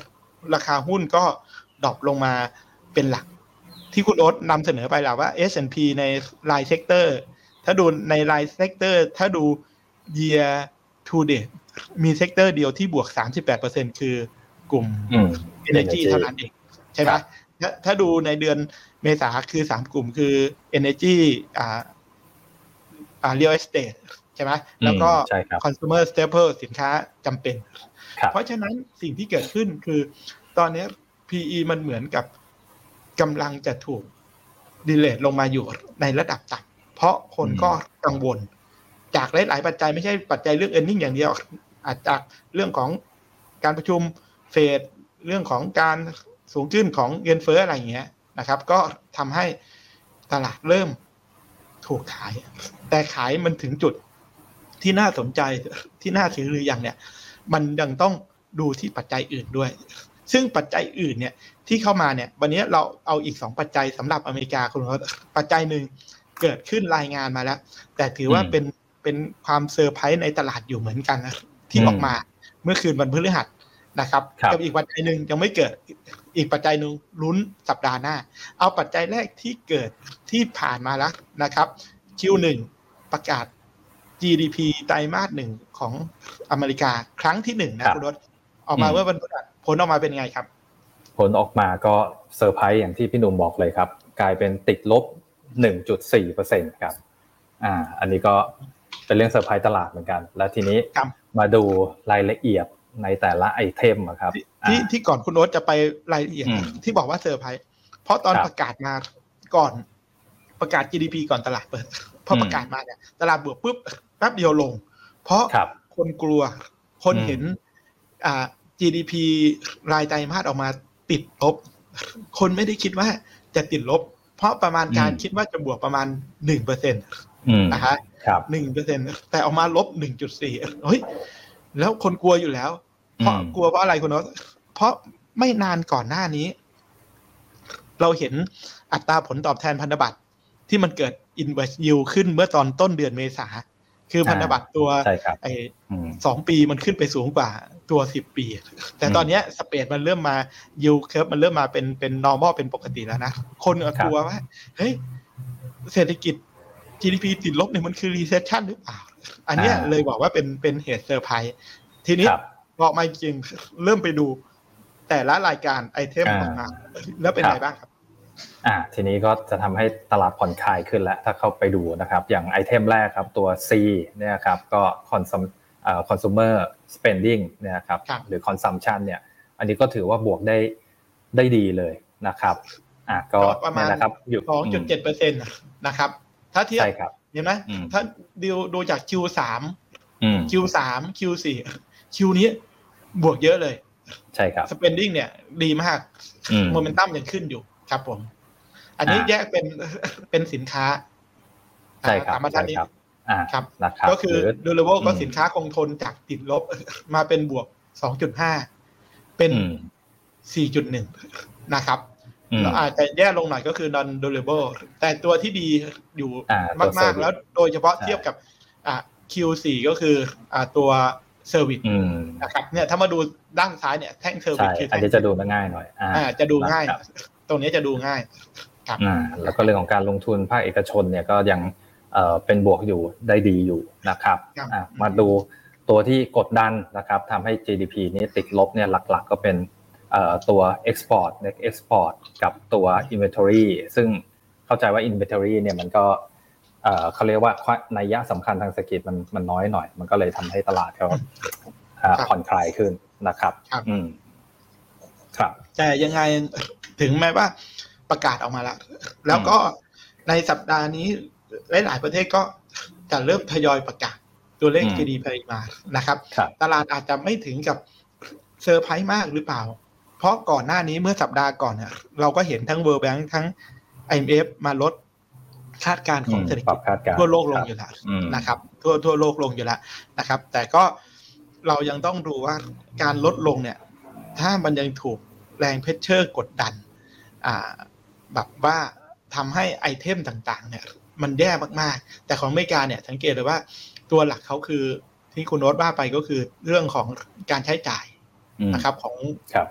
ราคาหุ้นก็ดรอปลงมาเป็นหลักที่คุณโอ๊ตนำเสนอไปแล้วว่า เอส แอนด์ พี ในรายเซกเตอร์ถ้าดูในรายเซกเตอร์ถ้าดู year to date มีเซกเตอร์เดียวที่บวก สามสิบแปดเปอร์เซ็นต์ คือกลุ่ม Energy เท่านั้นเองใช่ไหมถ้าดูในเดือนเมษาคือสามกลุ่มคือ Energy อ่าอ่า Real Estate ใช่ไหมแล้วก็ Consumer Staple สินค้าจำเป็นเพราะฉะนั้นสิ่งที่เกิดขึ้นคือตอนนี้ พี อี มันเหมือนกับกำลังจะถูกดีเลทลงมาอยู่ในระดับต่ำเพราะคนก็กังวลจากหลายๆปัจจัยไม่ใช่ปัจจัยเรื่อง earning อย่างเดียวอาจจากเรื่องของการประชุมเฟดเรื่องของการสูงขึ้นของเงินเฟ้ออะไรอย่างเงี้ยนะครับก็ทำให้ตลาดเริ่มถูกขายแต่ขายมันถึงจุดที่น่าสนใจที่น่าถือหรือยังเนี่ยมันยังต้องดูที่ปัจจัยอื่นด้วยซึ่งปัจจัยอื่นเนี่ยที่เข้ามาเนี่ยวันนี้เราเอาอีกสองปัจจัยสำหรับอเมริกาคุณผู้ชมปัจจัยหนึ่งเกิดขึ้นรายงานมาแล้วแต่ถือว่าเป็นเป็นความเซอร์ไพรส์ในตลาดอยู่เหมือนกันนะที่ออกมาเมื่อคืนวันพฤหัสนะครับกับอีกปัจจัยหนึ่งยังไม่เกิดอีกปัจจัยหนึ่งลุ้นสัปดาห์หน้าเอาปัจจัยแรกที่เกิดที่ผ่านมาแล้วนะครับ คิว หนึ่ง ประกาศ จี ดี พี ไตรมาสหนึ่งของอเมริกาครั้งที่หนึ่งนะคุณรถออกมาเมื่อวันพฤหัสผลออกมาเป็นไงครับผลออกมาก็เซอร์ไพรส์อย่างที่พี่หนุ่มบอกเลยครับกลายเป็นติดลบ หนึ่งจุดสี่เปอร์เซ็นต์ ครับอ่าอันนี้ก็เป็นเรื่องเซอร์ไพรส์ตลาดเหมือนกันแล้วทีนี้มาดูรายละเอียดในแต่ละไอเทมครับที่ที่ก่อนคุณโอ๊ตจะไปรายละเอียดที่บอกว่าเซอร์ไพรส์เพราะตอนประกาศมาก่อนประกาศ จี ดี พี ก่อนตลาดเปิดพอประกาศมาเนี่ยตลาดบวกปุ๊บแป๊บเดียวลงเพราะคนกลัวคนเห็นอ่า จี ดี พี รายไตรมาสออกมาติดลบคนไม่ได้คิดว่าจะติดลบเพราะประมาณการคิดว่าจะบวกประมาณ หนึ่งเปอร์เซ็นต์ นะฮะ หนึ่งเปอร์เซ็นต์ แต่ออกมาลบ หนึ่งจุดสี่ เฮ้ยแล้วคนกลัวอยู่แล้วเพราะกลัวเพราะอะไรคุณโน้ตเพราะไม่นานก่อนหน้านี้เราเห็นอัตราผลตอบแทนพันธบัตรที่มันเกิด inverse yield ขึ้นเมื่อตอนต้นเดือนเมษาคือพันธบัตรตัวไอ้สองปีมันขึ้นไปสูงกว่าตัวสิบปีแต่ตอนนี้สเปรดมันเริ่มมา yield curve มันเริ่มมาเป็นเป็น normal เป็นปกติแล้วนะคนก็กลัวว่าเฮ้ยเศรษฐกิจ จี ดี พี ติดลบเนี่ยมันคือ recession หรือเปล่าอันเนี้ยเลยบอกว่าเป็นเป็นเหตุเซอร์ไพรส์ทีนี้พอมาจริงเริ่มไปดูแต่ละรายการไอเทมออกมาแล้วเป็นไงบ้างครับอ่าทีนี้ก็จะทำให้ตลาดผ่อนคลายขึ้นแล้วถ้าเข้าไปดูนะครับอย่างไอเทมแรกครับตัว C เนี่ยครับก็ consum เอ่อ consumer spending เนี่ยครับหรือ consumption เนี่ยอันนี้ก็ถือว่าบวกได้ได้ดีเลยนะครับอ่ะก็ประมาณนะครับอยู่ สองจุดเจ็ดเปอร์เซ็นต์ นะครับถ้าเทียบเห็นมั้ยถ้าดูดูจาก คิว สามอืมคิว สาม คิว สี่ คิว นี้บวกเยอะเลยใช่ครับ spending เนี่ยดีมากโมเมนตัมยังขึ้นอยู่ครับผมอันนี้แยกเป็นเป็นสินค้าใช่ครับมาด้านนี้ครับก็คือ durable ก็สินค้าคงทนจากติดลบมาเป็นบวก สองจุดห้า เป็น สี่จุดหนึ่ง นะครับแล้วอาจจะแย่ลงหน่อยก็คือ non durable แต่ตัวที่ดีอยู่มากๆแล้วโดยเฉพาะเทียบกับอ่า คิว สี่ ก็คืออ่าตัวเซอร์วิสนะครับเนี่ยถ้ามาดูด้านซ้ายเนี่ยแท่งเซอร์วิสคืออันนี้จะดูง่ายหน่อยอ่าจะดูง่ายตรงนี้จะดูง่ายครับอ่าแล้วก็เรื่องของการลงทุนภาคเอกชนเนี่ยก็ยังเอ่อเป็นบวกอยู่ได้ดีอยู่นะครับอ่ามาดูตัวที่กดดันนะครับทำให้ จี ดี พี นี้ติดลบเนี่ยหลักๆก็เป็นเอ่อตัว export net export กับตัว inventory ซึ่งเข้าใจว่า inventory เนี่ยมันก็เอ่อเขาเรียกว่านัยยะสำคัญทางเศรษฐกิจมันมันน้อยหน่อยมันก็เลยทำให้ตลาดเขาผ่อนคลายขึ้นนะครับอืมครับแต่ยังไงถึงแม้ว่าประกาศออกมาแล้วแล้วก็ในสัปดาห์นี้หลายๆประเทศก็จะเริ่มทยอยประกาศตัวเลข จี ดี พี มานะครับตลาดอาจจะไม่ถึงกับเซอร์ไพรส์มากหรือเปล่าเพราะก่อนหน้านี้เมื่อสัปดาห์ก่อนเนี่ยเราก็เห็นทั้ง World Bank ทั้ง ไอ เอ็ม เอฟ มาลดคาดการณ์ของเศรษฐกิจทั่วโลกลงอยู่แล้วนะครับทั่วทั่วโลกลงอยู่แล้วนะครับแต่ก็เรายังต้องดูว่าการลดลงเนี่ยถ้ามันยังถูกแรงเพชเชอร์กดดันอ่าแบบว่าทำให้ไอเทมต่างๆเนี่ยมันแย่มากๆแต่ของอเมริกาเนี่ยสังเกตเลยว่าตัวหลักเขาคือที่คุณโน้ตว่าไปก็คือเรื่องของการใช้จ่ายนะครับของ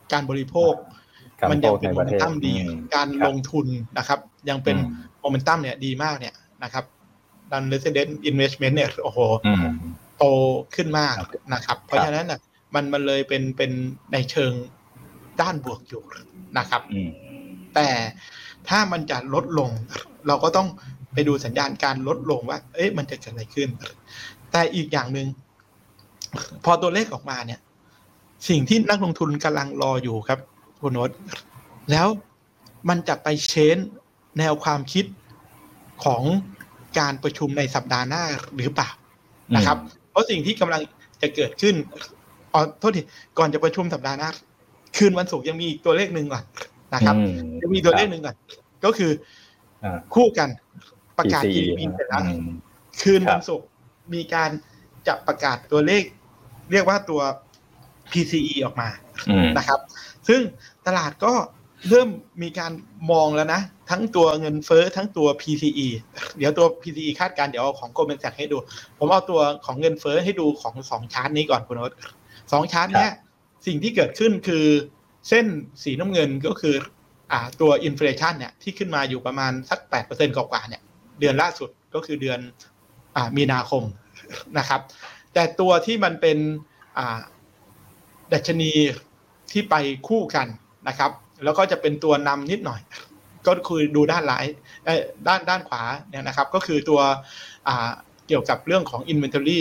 การบริโภคมันยังเป็นโมเมนตัมดีการลงทุนนะครับยังเป็นโมเมนตัมเนี่ยดีมากเนี่ยนะครับดัน resident investment เนี่ยโอ้โหโตขึ้นมากนะครับเพราะฉะนั้นน่ะมันมันเลยเป็นเป็นในเชิงด้านบวกอยู่นะครับแต่ถ้ามันจะลดลงเราก็ต้องไปดูสัญญาณการลดลงว่าเอ๊ะมันจะเกิดอะไรขึ้นแต่อีกอย่างนึงพอตัวเลขออกมาเนี่ยสิ่งที่นักลงทุนกำลังรออยู่ครับคุณโน้ตแล้วมันจะไปเชนแนวความคิดของการประชุมในสัปดาห์หน้าหรือเปล่านะครับเพราะสิ่งที่กำลังจะเกิดขึ้นอ๋อโทษทีก่อนจะประชุมสัปดาห์หน้าคืนวันศุกร์ยังมีอีกตัวเลขหนึ่งก่อนนะครับจะมีตัวเลขหนึ่งก่อนก็คือคู่กันประกาศ จี ดี พี เสร็จแล้วคืนวันศุกร์มีการจะประกาศตัวเลขเรียกว่าตัว พี ซี อี ออกมานะครับซึ่งตลาดก็เริ่มมีการมองแล้วนะทั้งตัวเงินเฟ้อทั้งตัว พี ซี อี เดี๋ยวตัว พี ซี อี คาดการณ์เดี๋ยวเอาของ Goldman Sachs ให้ดูผมเอาตัวของเงินเฟ้อให้ดูของสองชาร์ตนี้ก่อนคุณโอ๊ตสองชาร์ตเนี้ยสิ่งที่เกิดขึ้นคือเส้นสีน้ำเงินก็คืออ่าตัวอินเฟลชันเนี่ยที่ขึ้นมาอยู่ประมาณสัก แปดเปอร์เซ็นต์ กว่าๆเนี่ยเดือนล่าสุดก็คือเดือนอ่ามีนาคมนะครับแต่ตัวที่มันเป็นอ่าดัชนีที่ไปคู่กันนะครับแล้วก็จะเป็นตัวนำนิดหน่อยก็คือดูด้านซ้ายด้านด้านขวาเนี่ยนะครับก็คือตัวอ่าเกี่ยวกับเรื่องของ inventory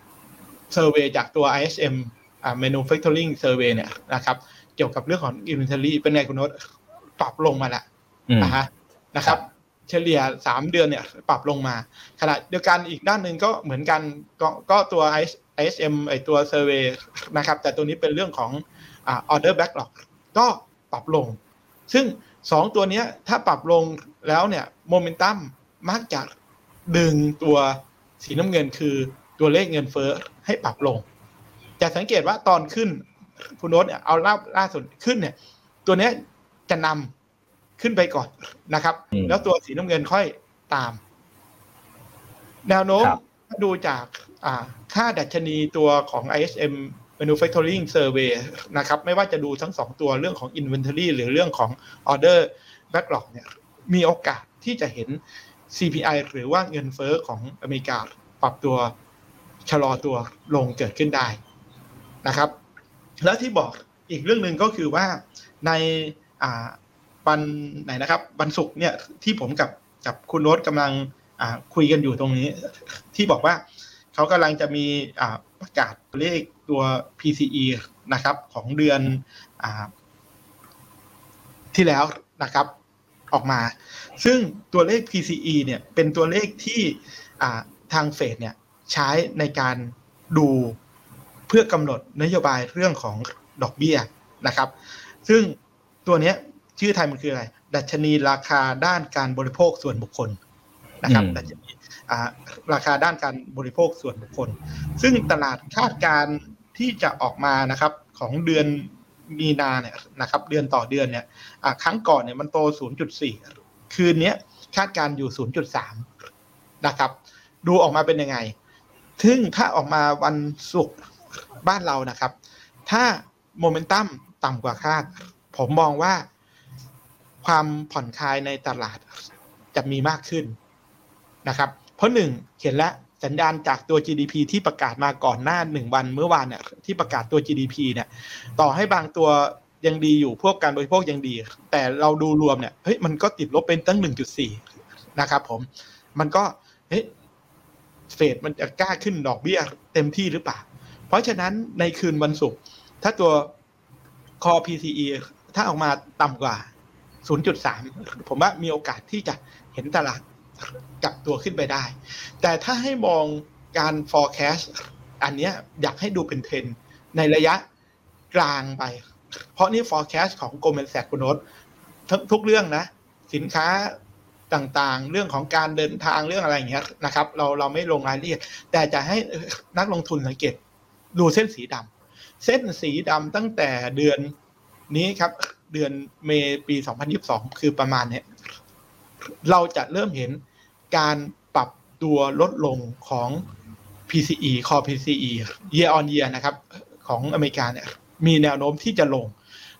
survey จากตัว ไอ เอส เอ็ม อ่า manufacturing survey เนี่ยนะครับเกี่ยวกับเรื่องของ inventory เป็นไงคุณโน้ตปรับลงมาแล้วนะฮะนะครับเฉลี่ยสามเดือนเนี่ยปรับลงมาขณะเดียวกันอีกด้านหนึ่งก็เหมือนกันก็ก็ตัว ไอ เอส เอ็ม ไอตัว survey นะครับแต่ตัวนี้เป็นเรื่องของอ่า order backlog ก็ปรับลงซึ่งสองตัวนี้ถ้าปรับลงแล้วเนี่ยโมเมนตัมมักจะดึงตัวสีน้ำเงินคือตัวเลขเงินเฟ้อให้ปรับลงจะสังเกตว่าตอนขึ้นคุณโน้ตเนี่ยเอาล่าล่าสุดขึ้นเนี่ยตัวนี้จะนำขึ้นไปก่อนนะครับแล้วตัวสีน้ำเงินค่อยตามแนวโน้มดูจากค่าดัชนีตัวของ ไอ เอส เอ็ม manufacturing survey นะครับไม่ว่าจะดูทั้งสองตัวเรื่องของ inventory หรือเรื่องของ order backlog เนี่ยมีโอกาสที่จะเห็น ซี พี ไอ หรือว่าเงินเฟ้อของอเมริกาปรับตัวชะลอตัวลงเกิดขึ้นได้นะครับแล้วที่บอกอีกเรื่องนึงก็คือว่าในอ่าวันไหนนะครับวันศุกร์เนี่ยที่ผมกับกับคุณโน้ตกำลังอ่าคุยกันอยู่ตรงนี้ที่บอกว่าเขากำลังจะมีอ่าประกาศเลขตัว พี ซี อี นะครับของเดือนอ่าที่แล้วนะครับออกมาซึ่งตัวเลข พี ซี อี เนี่ยเป็นตัวเลขที่อ่าทางเฟดเนี่ยใช้ในการดูเพื่อกำหนดนโยบายเรื่องของดอกเบี้ยนะครับซึ่งตัวนี้ชื่อไทยมันคืออะไรดัชนีราคาด้านการบริโภคส่วนบุคคลนะครับดัชนีราคาด้านการบริโภคส่วนบุคคลซึ่งตลาดคาดการณ์ที่จะออกมานะครับของเดือนมีนาเนี่ยนะครับเดือนต่อเดือนเนี่ยครั้งก่อนเนี่ยมันโต ศูนย์จุดสี่ คืนนี้คาดการณ์อยู่ ศูนย์จุดสาม นะครับดูออกมาเป็นยังไงซึ่งถ้าออกมาวันศุกร์บ้านเรานะครับถ้าโมเมนตัมต่ำกว่าคาดผมมองว่าความผ่อนคลายในตลาดจะมีมากขึ้นนะครับเพราะหนึ่งเห็นแล้วสัญญาณจากตัว จี ดี พี ที่ประกาศมาก่อนหน้าหนึ่งวันเมื่อวานเนี่ยที่ประกาศตัว จี ดี พี เนี่ยต่อให้บางตัวยังดีอยู่พวกการบริโภคยังดีแต่เราดูรวมเนี่ยเฮ้ยมันก็ติดลบเป็นตั้ง หนึ่งจุดสี่ นะครับผมมันก็เฮ้ยเฟดมันจะกล้าขึ้นดอกเบี้ยเต็มที่หรือเปล่าเพราะฉะนั้นในคืนวันศุกร์ถ้าตัว Core พี ซี อี ถ้าออกมาต่ำกว่า ศูนย์จุดสาม ผมว่ามีโอกาสที่จะเห็นตลาดกลับตัวขึ้นไปได้แต่ถ้าให้มองการ forecast อันนี้อยากให้ดูเป็นเทรนด์ในระยะกลางไปเพราะนี่ forecast ของ Goldman Sachs คุณโน้ตทุกเรื่องนะสินค้าต่างๆเรื่องของการเดินทางเรื่องอะไรอย่างเงี้ยนะครับเราเราไม่ลงรายละเอียดแต่จะให้นักลงทุนสังเกตดูเส้นสีดำเส้นสีดำตั้งแต่เดือนนี้ครับเดือนเมษายนปีสองพันยี่สิบสองคือประมาณเนี้ยเราจะเริ่มเห็นการปรับตัวลดลงของ พี ซี อี Core พี ซี อี year on year นะครับของอเมริกาเนี่ยมีแนวโน้มที่จะลง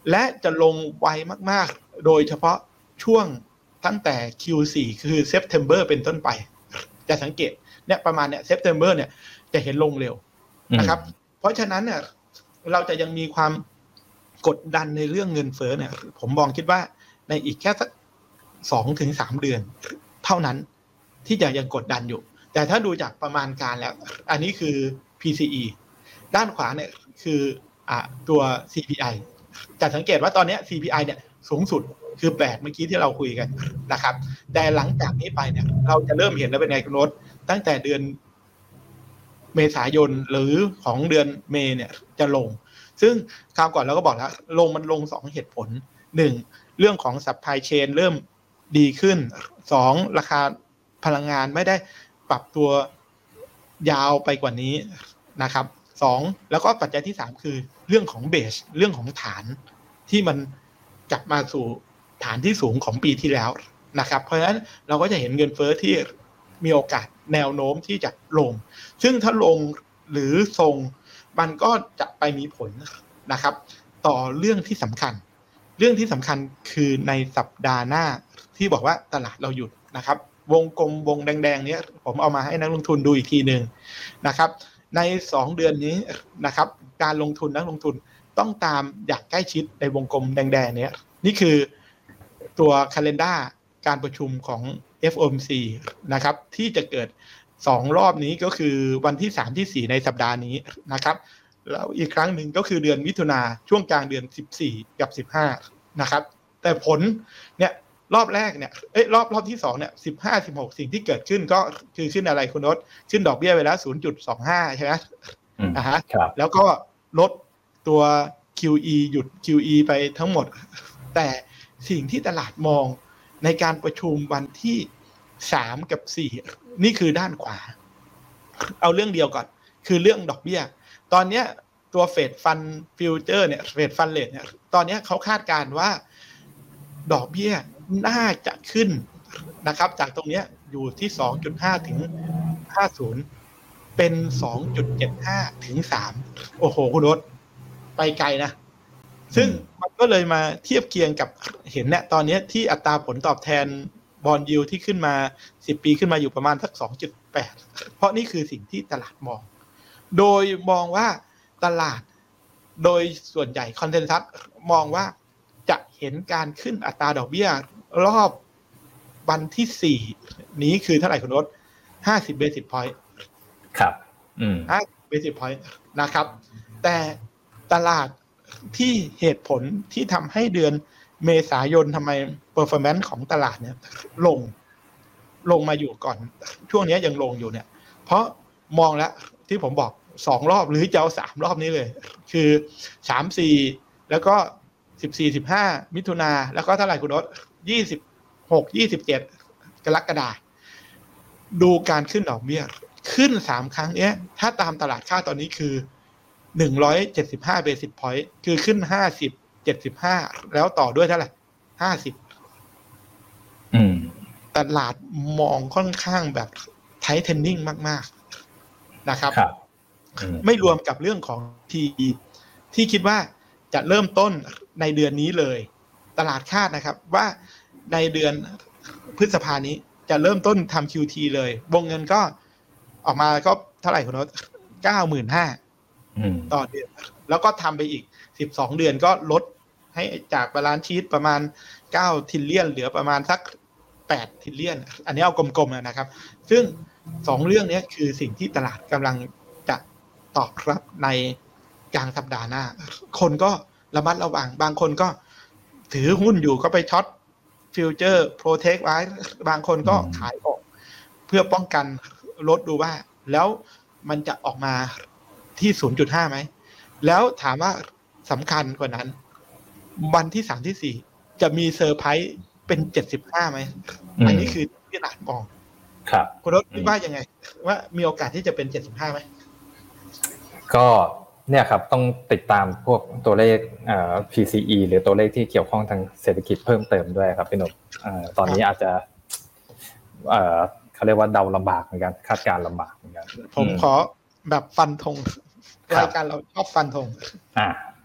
และจะลงไวมากๆโดยเฉพาะช่วงตั้งแต่ คิว โฟร์ คือ September เป็นต้นไปจะสังเกตเนี่ยประมาณเนี่ย September เนี่ยจะเห็นลงเร็วนะครับเพราะฉะนั้นเนี่ยเราจะยังมีความกดดันในเรื่องเงินเฟ้อเนี่ยผมมองคิดว่าในอีกแค่สัก สองถึงสาม เดือนเท่านั้นที่จะยังกดดันอยู่แต่ถ้าดูจากประมาณการแล้วอันนี้คือ พี ซี อี ด้านขวาเนี่ยคืออ่ะตัว ซี พี ไอ จะสังเกตว่าตอนนี้ ซี พี ไอ เนี่ยสูงสุดคือแปดเมื่อกี้ที่เราคุยกันนะครับแต่หลังจากนี้ไปเนี่ยเราจะเริ่มเห็นแล้วเป็นไงคุณโน้ตตั้งแต่เดือนเมษายนหรือของเดือนเมษเนี่ยจะลงซึ่งคราวก่อนเราก็บอกแล้วลงมันลงสองเหตุผลหนึ่งเรื่องของ supply chain เริ่มดีขึ้นสองราคาพลังงานไม่ได้ปรับตัวยาวไปกว่านี้นะครับสองแล้วก็ปัจจัยที่สามคือเรื่องของเบสเรื่องของฐานที่มันกลับมาสู่ฐานที่สูงของปีที่แล้วนะครับเพราะฉะนั้นเราก็จะเห็นเงินเฟ้อที่มีโอกาสแนวโน้มที่จะลงซึ่งถ้าลงหรือทรงมันก็จะไปมีผลนะครับต่อเรื่องที่สำคัญเรื่องที่สำคัญคือในสัปดาห์หน้าที่บอกว่าตลาดเราหยุดนะครับวงกลมวงแดงๆนี้ผมเอามาให้นักลงทุนดูอีกทีนึงนะครับในสองเดือนนี้นะครับการลงทุนนักลงทุนต้องตามอย่างใกล้ชิดในวงกลมแดงๆนี้นี่คือตัว calendar การประชุมของ เอฟ โอ เอ็ม ซี นะครับที่จะเกิดสองรอบนี้ก็คือวันที่สามที่สี่ในสัปดาห์นี้นะครับแล้วอีกครั้งหนึ่งก็คือเดือนมิถุนาช่วงกลางเดือนสิบสี่กับสิบห้านะครับแต่ผลเนี่ยรอบแรกเนี่ยเอ้ยรอบรอบที่สองเนี่ยสิบห้า สิบหกสิ่งที่เกิดขึ้นก็คือขึ้นอะไรคุณโน้ตขึ้นดอกเบี้ยไปแล้ว ศูนย์จุดสองห้า ใช่ไหมอ่าฮะแล้วก็ลดตัว คิว อี หยุด คิว อี ไปทั้งหมดแต่สิ่งที่ตลาดมองในการประชุมวันที่สามกับสี่นี่คือด้านขวาเอาเรื่องเดียวก่อนคือเรื่องดอกเบี้ยตอนนี้ตัวเฟดฟันฟิวเจอร์เนี่ยเฟดฟันเรทเนี่ยตอนนี้เขาคาดการณ์ว่าดอกเบี้ยน่าจะขึ้นนะครับจากตรงนี้อยู่ที่ สองจุดห้า ถึงห้าสิบเป็น สองจุดเจ็ดห้า ถึงสามโอ้โหคุณรถไปไกลนะซึ่งมันก็เลยมาเทียบเคียงกับเห็นเนี่ยตอนนี้ที่อัตราผลตอบแทนบอนด์ยิลด์ที่ขึ้นมาสิบปีขึ้นมาอยู่ประมาณสัก สองจุดแปด เพราะนี่คือสิ่งที่ตลาดมองโดยมองว่าตลาดโดยส่วนใหญ่คอนเซนซัสมองว่าจะเห็นการขึ้นอัตราดอกเบี้ยรอบวันที่สี่นี้คือเท่าไหร่คุณโน้ตห้าสิบ basis point ครับอืมห้าสิบ basis point นะครับแต่ตลาดที่เหตุผลที่ทำให้เดือนเมษายนทำไม performance ของตลาดเนี่ยลงลงมาอยู่ก่อนช่วงนี้ยังลงอยู่เนี่ยเพราะมองแล้วที่ผมบอกสองรอบหรือจะเอาสามรอบนี้เลยคือสาม สี่แล้วก็สิบสี่ สิบห้ามิถุนาแล้วก็เท่าไหร่คุณโน้ตยี่สิบหก ยี่สิบเจ็ดกรกฎาคมดูการขึ้นดอกเบี้ยขึ้นสามครั้งเนี้ยถ้าตามตลาดค่าตอนนี้คือหนึ่งร้อยเจ็ดสิบห้า basis point คือขึ้นห้าสิบ เจ็ดสิบห้าแล้วต่อด้วยเท่าไหร่ห้าสิบอืมตลาดมองค่อนข้างแบบไทท์เทนนิ่งมากๆนะครับไม่รวมกับเรื่องของทีที่คิดว่าจะเริ่มต้นในเดือนนี้เลยตลาดคาดนะครับว่าในเดือนพฤษภานี้จะเริ่มต้นทำ คิว ที เลยวงเงินก็ออกมาก็เท่าไหร่คุณโน้ต เก้าหมื่นห้าพัน ต่อเดือนแล้วก็ทำไปอีกสิบสองเดือนก็ลดให้จากบาลานซ์ชีทประมาณเก้าทิลเลียนเหลือประมาณสักแปดทิลเลียนอันนี้เอากลมๆนะครับซึ่งสองเรื่องนี้คือสิ่งที่ตลาดกำลังจะตอบรับในกลางสัปดาห์หน้าคนก็ระมัดระวังบางคนก็ถือหุ้นอยู่ก็ไปช็อตฟิวเจอร์โปรเทคไว้บางคนก็ขายออกเพื่อป้องกันลดดูว่าแล้วมันจะออกมาที่ ศูนย์จุดห้า ไหมแล้วถามว่าสำคัญกว่านั้นวันที่สามที่สี่จะมีเซอร์ไพรส์เป็นเจ็ดสิบห้าไหมอันนี้คือที่ตลาดมองครับคุณรถคิดว่ายังไงว่ามีโอกาสที่จะเป็นเจ็ดสิบห้าไหมก็เนี่ยครับต้องติดตามพวกตัวเลขเอ่อ พี ซี อี หรือตัวเลขที่เกี่ยวข้องทางเศรษฐกิจเพิ่มเติมด้วยครับพี่หนุ่มเอ่อตอนนี้อาจจะเอ่อเขาเรียกว่าเดาลำบากเหมือนกันคาดการณ์ลำบากเหมือนกันผมขอแบบฟันธงรายการเราชอบฟันธงอ่า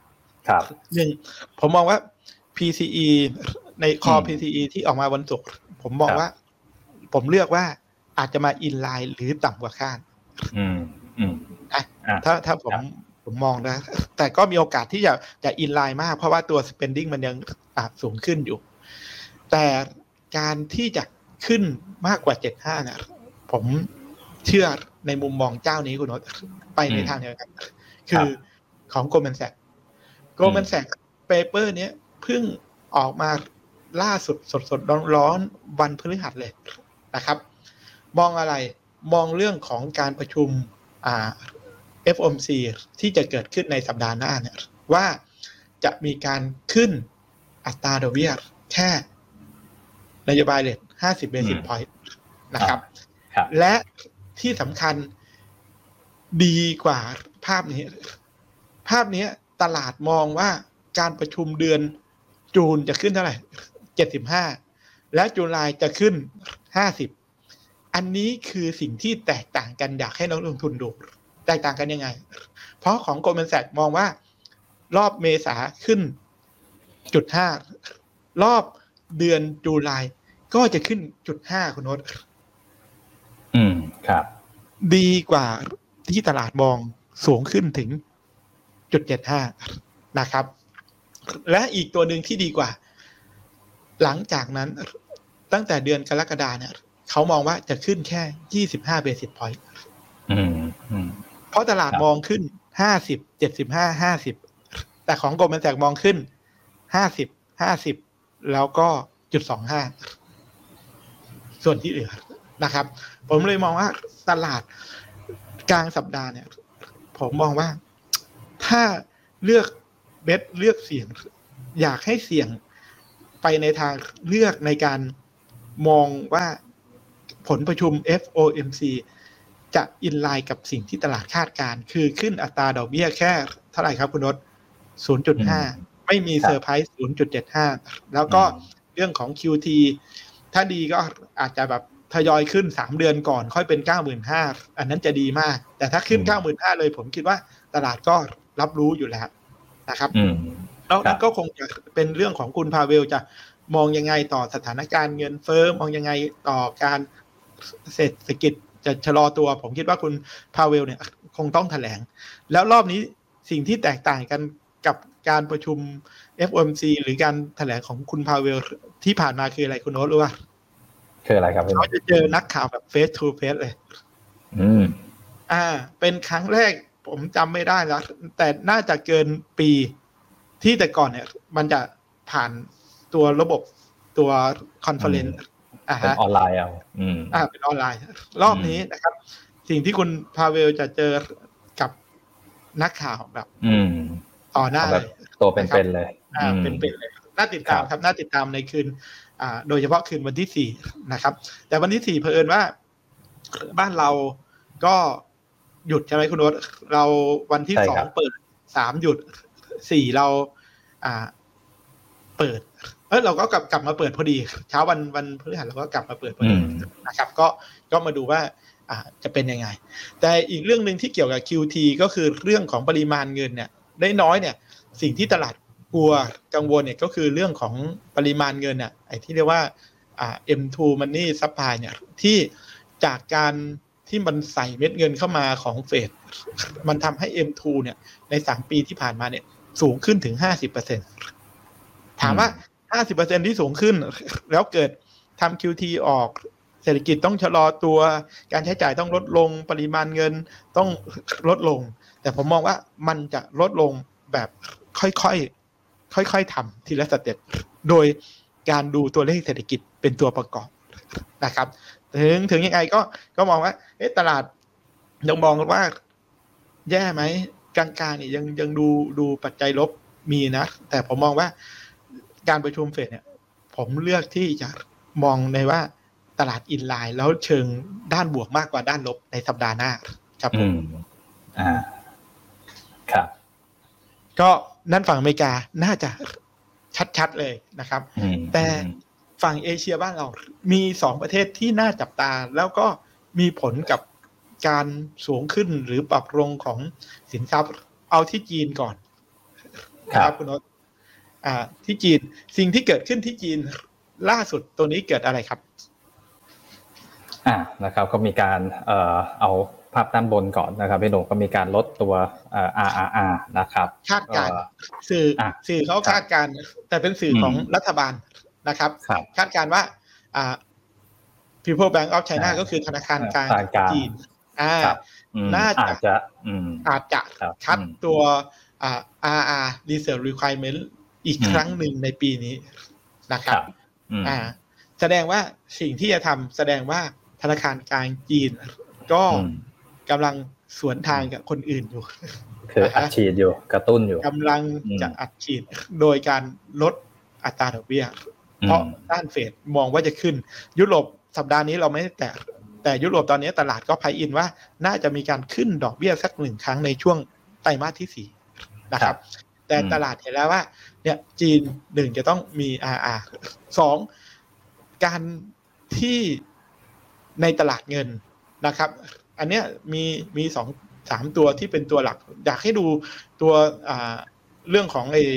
ครับหนึ่งผมมองว่า พี ซี อี ในคอ พี ซี อี ที่ออกมาวันศุกร์ผมมองว่าผมเลือกว่าอาจจะมาอินไลน์หรือต่ำกว่าคาดอืมอืมอ่ะถ้าถ้าผมผมมองนะแต่ก็มีโอกาสที่จะจะอินไลน์มากเพราะว่าตัว spending มันยังสูงขึ้นอยู่แต่การที่จะขึ้นมากกว่าเจ็ดสิบห้าเนี่ยผมเชื่อในมุมมองเจ้านี้คุณโน้ตไปในทางเดียวกันคือของ Goldman Sachs Goldman Sachs paper เนี้ยเพิ่งออกมาล่าสุดสดๆร้อนๆวันพฤหัสเลยนะครับมองอะไรมองเรื่องของการประชุมอ่า เอฟ โอ เอ็ม ซี ที่จะเกิดขึ้นในสัปดาห์หน้าเนี่ยว่าจะมีการขึ้นอัตราดอกเบี้ยแค่นโยบายเรทห้าสิบ basis point นะครับและที่สำคัญดีกว่าภาพนี้ภาพนี้ตลาดมองว่าการประชุมเดือนจูนจะขึ้นเท่าไหร่เจ็ดสิบห้าและจุลายจะขึ้นห้าสิบอันนี้คือสิ่งที่แตกต่างกันอยากให้นักลงทุนดูแตกต่างกันยังไงเพราะของ Goldman Sachs มองว่ารอบเมษาขึ้น จุดห้า รอบเดือนตุลาก็จะขึ้น จุดห้า คุณโน้ตอืมครับดีกว่าที่ตลาดมองสูงขึ้นถึง จุดเจ็ดห้า นะครับและอีกตัวหนึ่งที่ดีกว่าหลังจากนั้นตั้งแต่เดือนกรกฎาคมเนี่ยเขามองว่าจะขึ้นแค่ยี่สิบห้า basis point อืมอืมเพราะตลาดมองขึ้นห้าสิบ เจ็ดสิบห้า ห้าสิบแต่ของ Goldman Sachs มองขึ้นห้าสิบ ห้าสิบแล้วก็ จุดสองห้า ส่วนที่เหลือนะครับผมเลยมองว่าตลาดกลางสัปดาห์เนี่ยผมมองว่าถ้าเลือกเบ็ดเลือกเสี่ยงอยากให้เสี่ยงไปในทางเลือกในการมองว่าผลประชุม เอฟ โอ เอ็ม ซี จะอินไลน์กับสิ่งที่ตลาดคาดการณ์คือขึ้นอัตราดอกเบี้ยแค่เท่าไหร่ครับคุณนพ ศูนย์จุดห้า ไม่มีเซอร์ไพรส์ ศูนย์จุดเจ็ดห้า แล้วก็เรื่องของ คิว ที ถ้าดีก็อาจจะแบบทยอยขึ้นสามเดือนก่อนค่อยเป็น เก้าหมื่นห้าพัน อันนั้นจะดีมากแต่ถ้าขึ้น เก้าหมื่นห้าพัน เลยผมคิดว่าตลาดก็รับรู้อยู่แล้วนะครับแล้วนั่นก็คงจะเป็นเรื่องของคุณพาเวลจะมองยังไงต่อสถานการณ์เงินเฟ้อมองยังไงต่อการเศรษฐกิจจะชะลอตัวผมคิดว่าคุณพาเวลเนี่ยคงต้องแถลงแล้วรอบนี้สิ่งที่แตกต่างกันกับการประชุม เอฟ โอ เอ็ม ซี หรือการแถลงของคุณพาเวลที่ผ่านมาคืออะไรคุณโน้ตรู้ป่ะคืออะไรครับเขาจะเจอนักข่าวแบบเฟสทูเฟสเลยอืมอ่าเป็นครั้งแรกผมจำไม่ได้แล้วแต่น่าจะเกินปีที่แต่ก่อนเนี่ยมันจะผ่านตัวระบบตัวคอนเฟอเรนซ์อ่าฮะเป็นออนไลน์เอาอืมอ่าเป็นออนไลน์รอบนี้นะครับสิ่งที่คุณพาเวลจะเจอกับนักข่าวแบบอืมต่อหน้าเลยตัวเป็นๆเลยอ่าเป็นๆเลยน่าติดตามครับน่าติดตามในคืนอ่าโดยเฉพาะคืนวันที่สี่นะครับแต่วันที่สี่เผอิญว่าบ้านเราก็หยุดใช่ไหมคุณโน้ตเราวันที่สองเปิดสามหยุดสี่เราอ่าเปิดเออเราก็กลับกลับมาเปิดพอดีเช้าวันวันพฤหัสเราก็กลับมาเปิดพอดีนะครับก็ก็มาดูว่าอ่าจะเป็นยังไงแต่อีกเรื่องนึงที่เกี่ยวกับ คิว ที ก็คือเรื่องของปริมาณเงินเนี่ยได้น้อยเนี่ยสิ่งที่ตลาดกลัวกังวลเนี่ยก็คือเรื่องของปริมาณเงินเนี่ยไอ้ที่เรียกว่าอ่า เอ็ม ทู Money Supply เนี่ยที่จากการที่มันใส่เม็ดเงินเข้ามาของเฟดมันทำให้ เอ็ม ทู เนี่ยในสามปีที่ผ่านมาเนี่ยสูงขึ้นถึง ห้าสิบเปอร์เซ็นต์ ถามว่า ห้าสิบเปอร์เซ็นต์ ที่สูงขึ้นแล้วเกิดทำ คิว ที ออกเศรษฐกิจต้องชะลอตัวการใช้จ่ายต้องลดลงปริมาณเงินต้องลดลงแต่ผมมองว่ามันจะลดลงแบบค่อยๆค่อยๆทำทีละสเต็ปโดยการดูตัวเลขเศรษฐกิจเป็นตัวประกอบนะครับถึงถึงยังไงก็ก็มองว่าเอ๊ะตลาดยังมองว่าแย่ไหมกลางๆเนี่ยยังยังดูดูปัจจัยลบมีนะแต่ผมมองว่าการประชุมเฟดเนี่ยผมเลือกที่จะมองในว่าตลาดอินไลน์แล้วเชิงด้านบวกมากกว่าด้านลบในสัปดาห์หน้าครับผมอ่าครับก็นั่นฝั่งอเมริกาน่าจะชัดๆเลยนะครับแต่ฝั่งเอเชียบ้านเรามีสองประเทศที่น่าจับตาแล้วก็มีผลกับการสูงขึ้นหรือปรับลงของสินทรัพย์เอาที่จีนก่อนนะครับคุณโน้ตอ่าที่จีนสิ่งที่เกิดขึ้นที่จีนล่าสุดตัวนี้เกิดอะไรครับอ่านะครับก็มีการเอ่อเอาภาพด้านบนก่อนนะครับพี่หนุ่มก็มีการลดตัวเอ่อ อาร์ อาร์ อาร์ นะครับคาดการณ์สื่อสื่อเขาคาดการณ์แต่เป็นสื่อของรัฐบาลนะครับคาดการณ์ว่าอ่า People Bank of China ก็คือธนาคารกลางจีนอ่าน่าจะอาจจะคัดตัวอ่า อาร์ อาร์ Reserve Requirement อีกครั้งหนึ่งในปีนี้นะครับอ่าแสดงว่าสิ่งที่จะทำแสดงว่าธนาคารกลางจีนก็กำลังสวนทางกับคนอื่นอยู่คืออัดฉีดอยู่กระตุ้นอยู่กำลังจะอัดฉีดโดยการลดอัตราดอกเบี้ยเพราะด้านเฟดมองว่าจะขึ้นยุโรปสัปดาห์นี้เราไม่ได้แต่แต่ยุโรปตอนนี้ตลาดก็ไพรซ์อินว่าน่าจะมีการขึ้นดอกเบี้ยสักหนึ่งครั้งในช่วงไตรมาสที่สี่นะครับแต่ตลาดเห็นแล้วว่าเนี่ยจีนหนึ่งจะต้องมี อาร์ อาร์ สองการที่ในตลาดเงินนะครับอันเนี้ยมีมีสองสามตัวที่เป็นตัวหลักอยากให้ดูตัวอ่าเรื่องของไอ้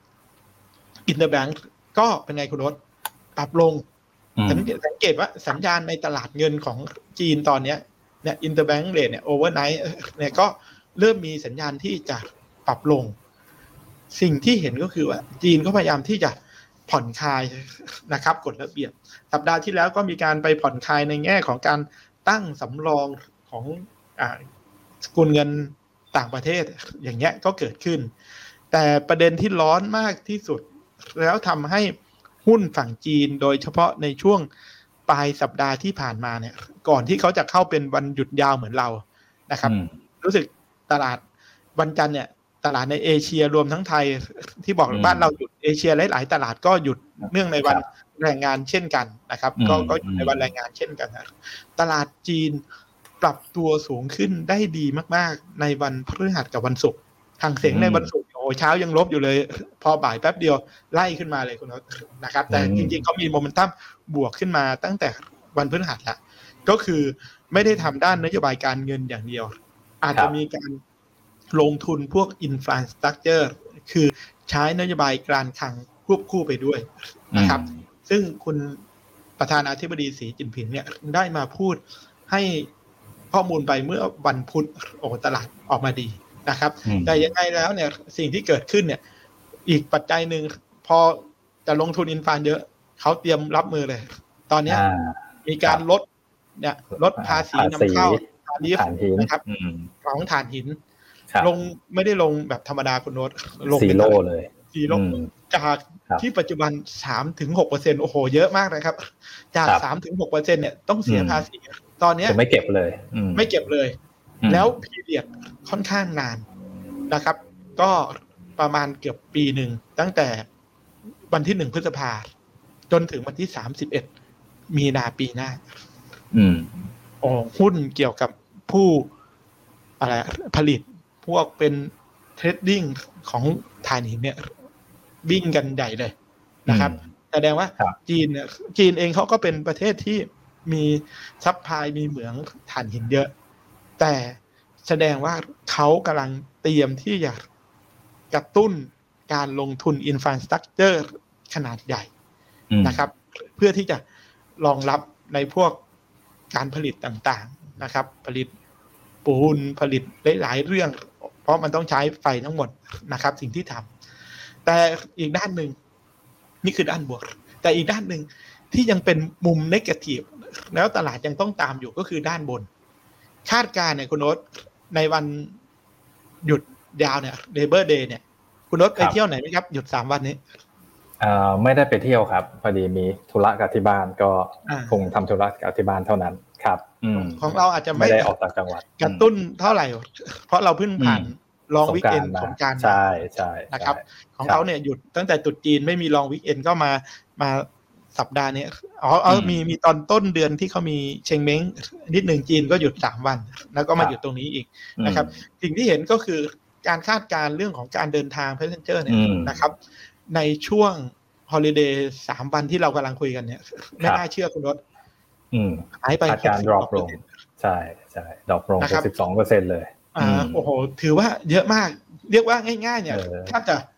Interbank ก็เป็นไงคุณโน้ตปรับลงสังเกตว่าสัญญาณในตลาดเงินของจีนตอนนี้เนี่ย Interbank Rate เนี่ย Overnight เนี่ยก็เริ่มมีสัญญาณที่จะปรับลงสิ่งที่เห็นก็คือว่าจีนก็พยายามที่จะผ่อนคลายนะครับกฎระเบียบสัปดาห์ที่แล้วก็มีการไปผ่อนคลายในแง่ของการตั้งสำรองของอ่าสกุลเงินต่างประเทศอย่างเงี้ยก็เกิดขึ้นแต่ประเด็นที่ร้อนมากที่สุดแล้วทำให้หุ้นฝั่งจีนโดยเฉพาะในช่วงปลายสัปดาห์ที่ผ่านมาเนี่ยก่อนที่เขาจะเข้าเป็นวันหยุดยาวเหมือนเรานะครับรู้สึกตลาดวันจันทร์เนี่ยตลาดในเอเชียรวมทั้งไทยที่บอกบ้านเราหยุดเอเชียหลายๆตลาดก็หยุดเนื่องในวันแรงงานเช่นกันนะครับก็ก็หยุดในวันแรงงานเช่นกันนะตลาดจีนปรับตัวสูงขึ้นได้ดีมากๆในวันพฤหัสกับวันศุกร์ทางเสียงในวันศุกร์โอ้เช้ายังลบอยู่เลยพอบ่ายแป๊บเดียวไล่ขึ้นมาเลยคุณนะครับแต่จริงๆเขามีโมเมนตัมบวกขึ้นมาตั้งแต่วันพฤหัสละก็คือไม่ได้ทำด้านนโยบายการเงินอย่างเดียวอาจจะมีการลงทุนพวก infrastructure คือใช้นโยบายการคลังควบคู่ไปด้วยนะครับซึ่งคุณประธานาธิบดีสีจิ้นผิงเนี่ยได้มาพูดให้ข้อมูลไปเมื่อวันพุธโอ้ตลาดออกมาดีนะครับแต่ยังไงแล้วเนี่ยสิ่งที่เกิดขึ้นเนี่ยอีกปัจจัยหนึ่งพอจะลงทุนอินฟานเยอะเขาเตรียมรับมือเลยตอนนี้มีการลดเนี่ยลดภาษีนำเข้าถ่านหินนะครับของถ่านหินลงไม่ได้ลงแบบธรรมดาคุณโน้ตลงซีโร่เลยซีโร่จากที่ปัจจุบัน สามถึงหกเปอร์เซ็นต์ โอ้โหเยอะมากนะครับจาก สามถึงหกเปอร์เซ็นต์ เนี่ยต้องเสียภาษีตอนนี้ไม่เก็บเลยไม่เก็บเลยแล้วพีเรียดค่อนข้างนานนะครับก็ประมาณเกือบปีหนึ่งตั้งแต่วันที่หนึ่งพฤษภาจนถึงวันที่สามสิบเอ็ดมีนาปีหน้าอืมโอ้หุ้นเกี่ยวกับผู้อะไรผลิตพวกเป็นเทรดดิ้งของถ่านหินเนี่ยวิ่งกันใหญ่เลยนะครับแสดงว่าจีนเนี่ยจีนเองเขาก็เป็นประเทศที่มีซัพพลายมีเหมืองถ่านหินเยอะแต่แสดงว่าเขากำลังเตรียมที่จะกระตุ้นการลงทุนอินฟราสตรัคเจอร์ขนาดใหญ่นะครับเพื่อที่จะรองรับในพวกการผลิตต่างๆนะครับผลิตปูนผลิตหลายๆเรื่องเพราะมันต้องใช้ไฟทั้งหมดนะครับสิ่งที่ทำแต่อีกด้านหนึ่งนี่คือด้านบวกแต่อีกด้านหนึ่งที่ยังเป็นมุมเนกาทีฟแล้วตลาดยังต้องตามอยู่ก็คือด้านบนคาดการณ์เนี่ยคุณโน้ตในวันหยุดยาวเนี่ย Labor Day เนี่ยคุณโน้ตไปเที่ยวไหนไหมครับหยุดสามวันนี้อ่าไม่ได้ไปเที่ยวครับพอดีมีธุระกับที่บ้านก็คงทำธุระกับที่บ้านเท่านั้นครับของเราอาจจะไม่ได้ออกจากจังหวัดกระตุ้นเท่าไหร่เพราะเราเพิ่งผ่านลองวิกเอนด์สงกรานต์ใช่ใช่นะครับของเขาเนี่ยหยุดตั้งแต่ตรุษจีนไม่มีลองวิกเอนด์ก็มามาสัปดาห์นี้อ๋อเอามีมีตอนต้นเดือนที่เขามีเชงเม้งนิดหนึ่งจีนก็หยุดสามวันแล้วก็มาหยุดตรงนี้อีกนะครับสิ่งที่เห็นก็คือการคาดการณ์เรื่องของการเดินทาง passenger เนี่ยนะครับในช่วงฮอลิเดย์สามวันที่เรากำลังคุยกันเนี่ยไม่น่าเชื่อคุณรถหายไปการดรอปลงใช่ใช่ดรอปลง สิบสองเปอร์เซ็นต์ เลยอ่าโอ้โหถือว่าเยอะมากเรียกว่าง่ายๆเนี่ยถ้าจะ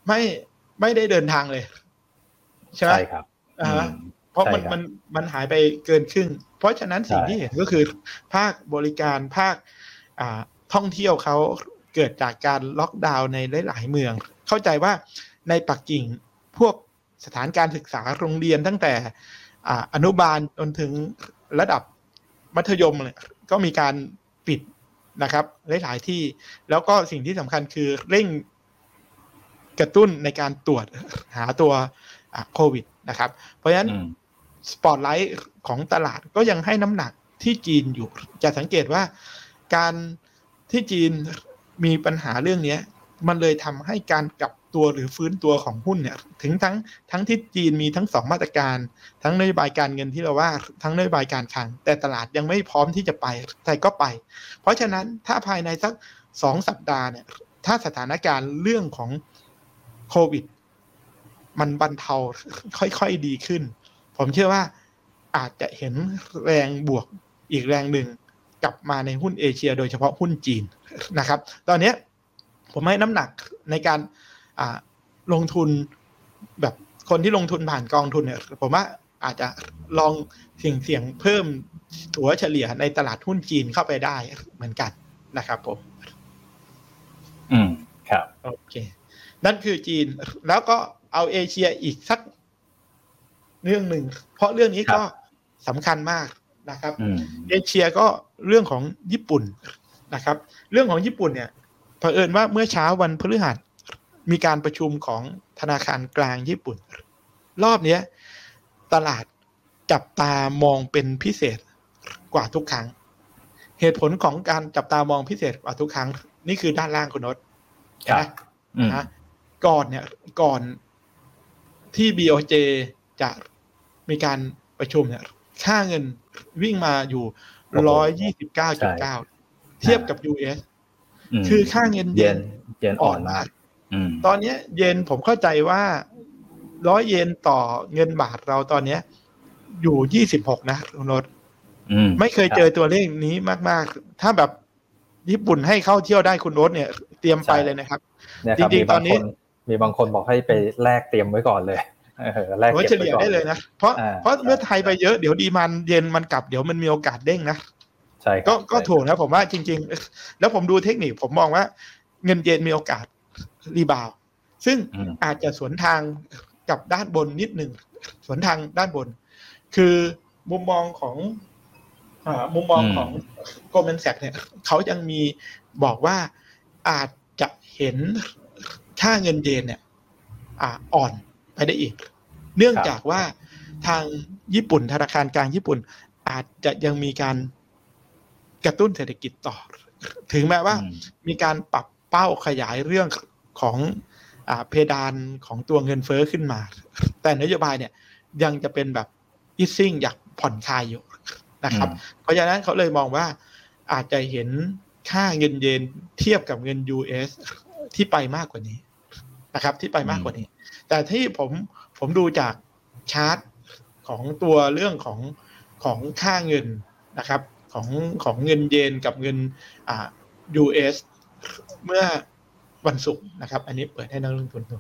ไม่ไม่ได้เดินทางเลยใช่ไหมใช่ครับอ่าเพราะมันมันมันหายไปเกินครึ่งเพราะฉะนั้นสิ่งที่เห็นก็คือภาคบริการภาคอ่าท่องเที่ยวเขาเกิดจากการล็อกดาวน์ในหลายๆเมืองเข้าใจว่าในปักกิ่งพวกสถานการศึกษาโรงเรียนตั้งแต่อ่าอนุบาลจนถึงระดับมัธยมเนี่ยก็มีการปิดนะครับหลายๆที่แล้วก็สิ่งที่สำคัญคือเร่งกระตุ้นในการตรวจหาตัวโควิดนะครับเพราะฉะนั้นสปอตไลท์ของตลาดก็ยังให้น้ำหนักที่จีนอยู่จะสังเกตว่าการที่จีนมีปัญหาเรื่องนี้มันเลยทำให้การกลับตัวหรือฟื้นตัวของหุ้นเนี่ยถึงทั้งทั้งที่จีนมีทั้งสองมาตรการทั้งนโยบายการเงินที่เราว่าทั้งนโยบายการคลังแต่ตลาดยังไม่พร้อมที่จะไปแต่ก็ไปเพราะฉะนั้นถ้าภายในสักสองสัปดาห์เนี่ยถ้าสถานการณ์เรื่องของโควิดมันบรรเทาค่อยๆดีขึ้นผมเชื่อว่าอาจจะเห็นแรงบวกอีกแรงหนึ่งกลับมาในหุ้นเอเชียโดยเฉพาะหุ้นจีนนะครับตอนนี้ผมให้น้ำหนักในการลงทุนแบบคนที่ลงทุนผ่านกองทุนเนี่ยผมว่าอาจจะลองเสี่ยงเสี่ยงเพิ่มถัวเฉลี่ยในตลาดหุ้นจีนเข้าไปได้เหมือนกันนะครับผมอืมครับโอเคนั่นคือจีนแล้วก็เอาเอเชียอีกสักเรื่องหนึ่งเพราะเรื่องนี้ก็สำคัญมากนะครับเอเชียก็เรื่องของญี่ปุ่นนะครับเรื่องของญี่ปุ่นเนี่ยเผอิญว่าเมื่อเช้าวันพฤหัสมีการประชุมของธนาคารกลางญี่ปุ่นรอบนี้ตลาดจับตามองเป็นพิเศษกว่าทุกครั้งเหตุผลของการจับตามองพิเศษกว่าทุกครั้งนี่คือด้านล่างคุณนศนะนะก่อนเนี่ยก่อนที่ บี โอ เจ จะมีการประชุมเนี่ยค่าเงินวิ่งมาอยู่ หนึ่งร้อยยี่สิบเก้าจุดเก้า เทียบกับ ยู เอส คือค่าเงินเยนเยนอ่อนมากตอนนี้เยนผมเข้าใจว่าหนึ่งร้อยเยนต่อเงินบาทเราตอนนี้อยู่ยี่สิบหกนะคุณนศไม่เคยเจอตัวเลขนี้มากๆถ้าแบบญี่ปุ่นให้เข้าเที่ยวได้คุณโน้ตเนี่ยเตรียมไปเลยนะครับจริงๆตอนนี้มีบางคนบอกให้ไปแลกเตรียมไว้ก่อนเลยแลกเก็บไว้ก่อนได้เลยนะเพราะเพราะเมื่อไทยไปเยอะเดี๋ยวดีมันเย็นมันกลับเดี๋ยวมันมีโอกาสเด้งนะใช่ก็ก็ถูกนะผมว่าจริงๆแล้วผมดูเทคนิคผมมองว่าเงินเยนมีโอกาสรีบาวซึ่งอาจจะสวนทางกับด้านบนนิดหนึ่งสวนทางด้านบนคือมุมมองของอ่ามุมมองของ Goldman Sachs เนี่ยเขายังมีบอกว่าอาจจะเห็นค่าเงินเยนเนี่ยอ่าอ่อนไปได้อีกเนื่องจากว่าทางญี่ปุ่นธนาคารกลางญี่ปุ่นอาจจะยังมีการกระตุ้นเศรษฐกิจต่อถึงแม้ว่ามีการปรับเป้าขยายเรื่องของอ่าเพดานของตัวเงินเฟ้อขึ้นมาแต่นโยบายเนี่ยยังจะเป็นแบบอีซิ่งอยากผ่อนคลายอยู่นะครับเพราะฉะนั้นเขาเลยมองว่าอาจจะเห็นค่าเงินเยนเทียบกับเงิน ยู เอส ที่ไปมากกว่านี้นะครับที่ไปมากกว่านี้แต่ที่ผมผมดูจากชาร์ตของตัวเรื่องของของค่าเงินนะครับของของเงินเยนกับเงินอ่า ยู เอส เมื่อวันศุกร์นะครับอันนี้เปิดให้นักลงทุนดู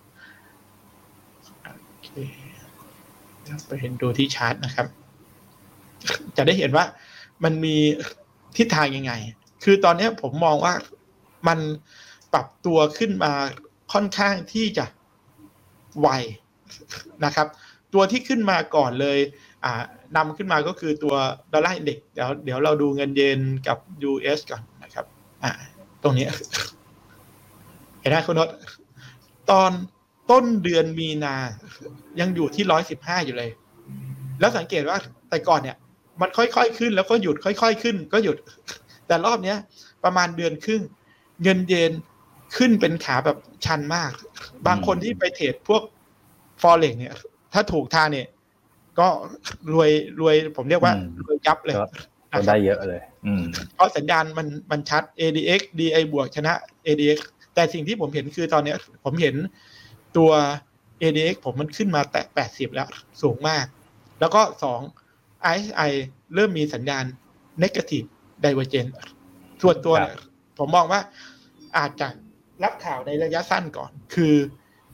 โอเคไปเห็นดูที่ชาร์ตนะครับจะได้เห็นว่ามันมีทิศทางยังไงคือตอนนี้ผมมองว่ามันปรับตัวขึ้นมาค่อนข้างที่จะไวนะครับตัวที่ขึ้นมาก่อนเลยอ่านำขึ้นมาก็คือตัวดอลลาร์อินเด็กซ์เดี๋ยวเดี๋ยวเราดูเงินเยนกับ ยู เอส ก่อนนะครับอ่าตรงนี้เห็นไหมคุณนศตอนต้นเดือนมีนายังอยู่ที่หนึ่งร้อยสิบห้าอยู่เลยแล้วสังเกตว่าแต่ก่อนเนี่ยมันค่อยๆขึ้นแล้วก็หยุดค่อยๆขึ้นก็หยุดแต่รอบนี้ประมาณเดือนครึ่งเงินเยนขึ้นเป็นขาแบบชันมากบางคนที่ไปเทรดพวก Forex เนี่ยถ้าถูกทางเนี่ยก็รวยรวยผมเรียกว่ารวยยับเลยก็ได้เยอะเลยเพราะสัญญาณมันมันชัด เอ ดี เอ็กซ์ ดี ไอ บวกชนะ เอ ดี เอ็กซ์ แต่สิ่งที่ผมเห็นคือตอนนี้ผมเห็นตัว เอ ดี เอ็กซ์ ผมมันขึ้นมาแตะแปดสิบแล้วสูงมากแล้วก็สอง ไอ เอส ไอ เริ่มมีสัญญาณ negative divergence ส่วนตัวผมมองว่าอาจจะรับข่าวในระยะสั้นก่อนคือ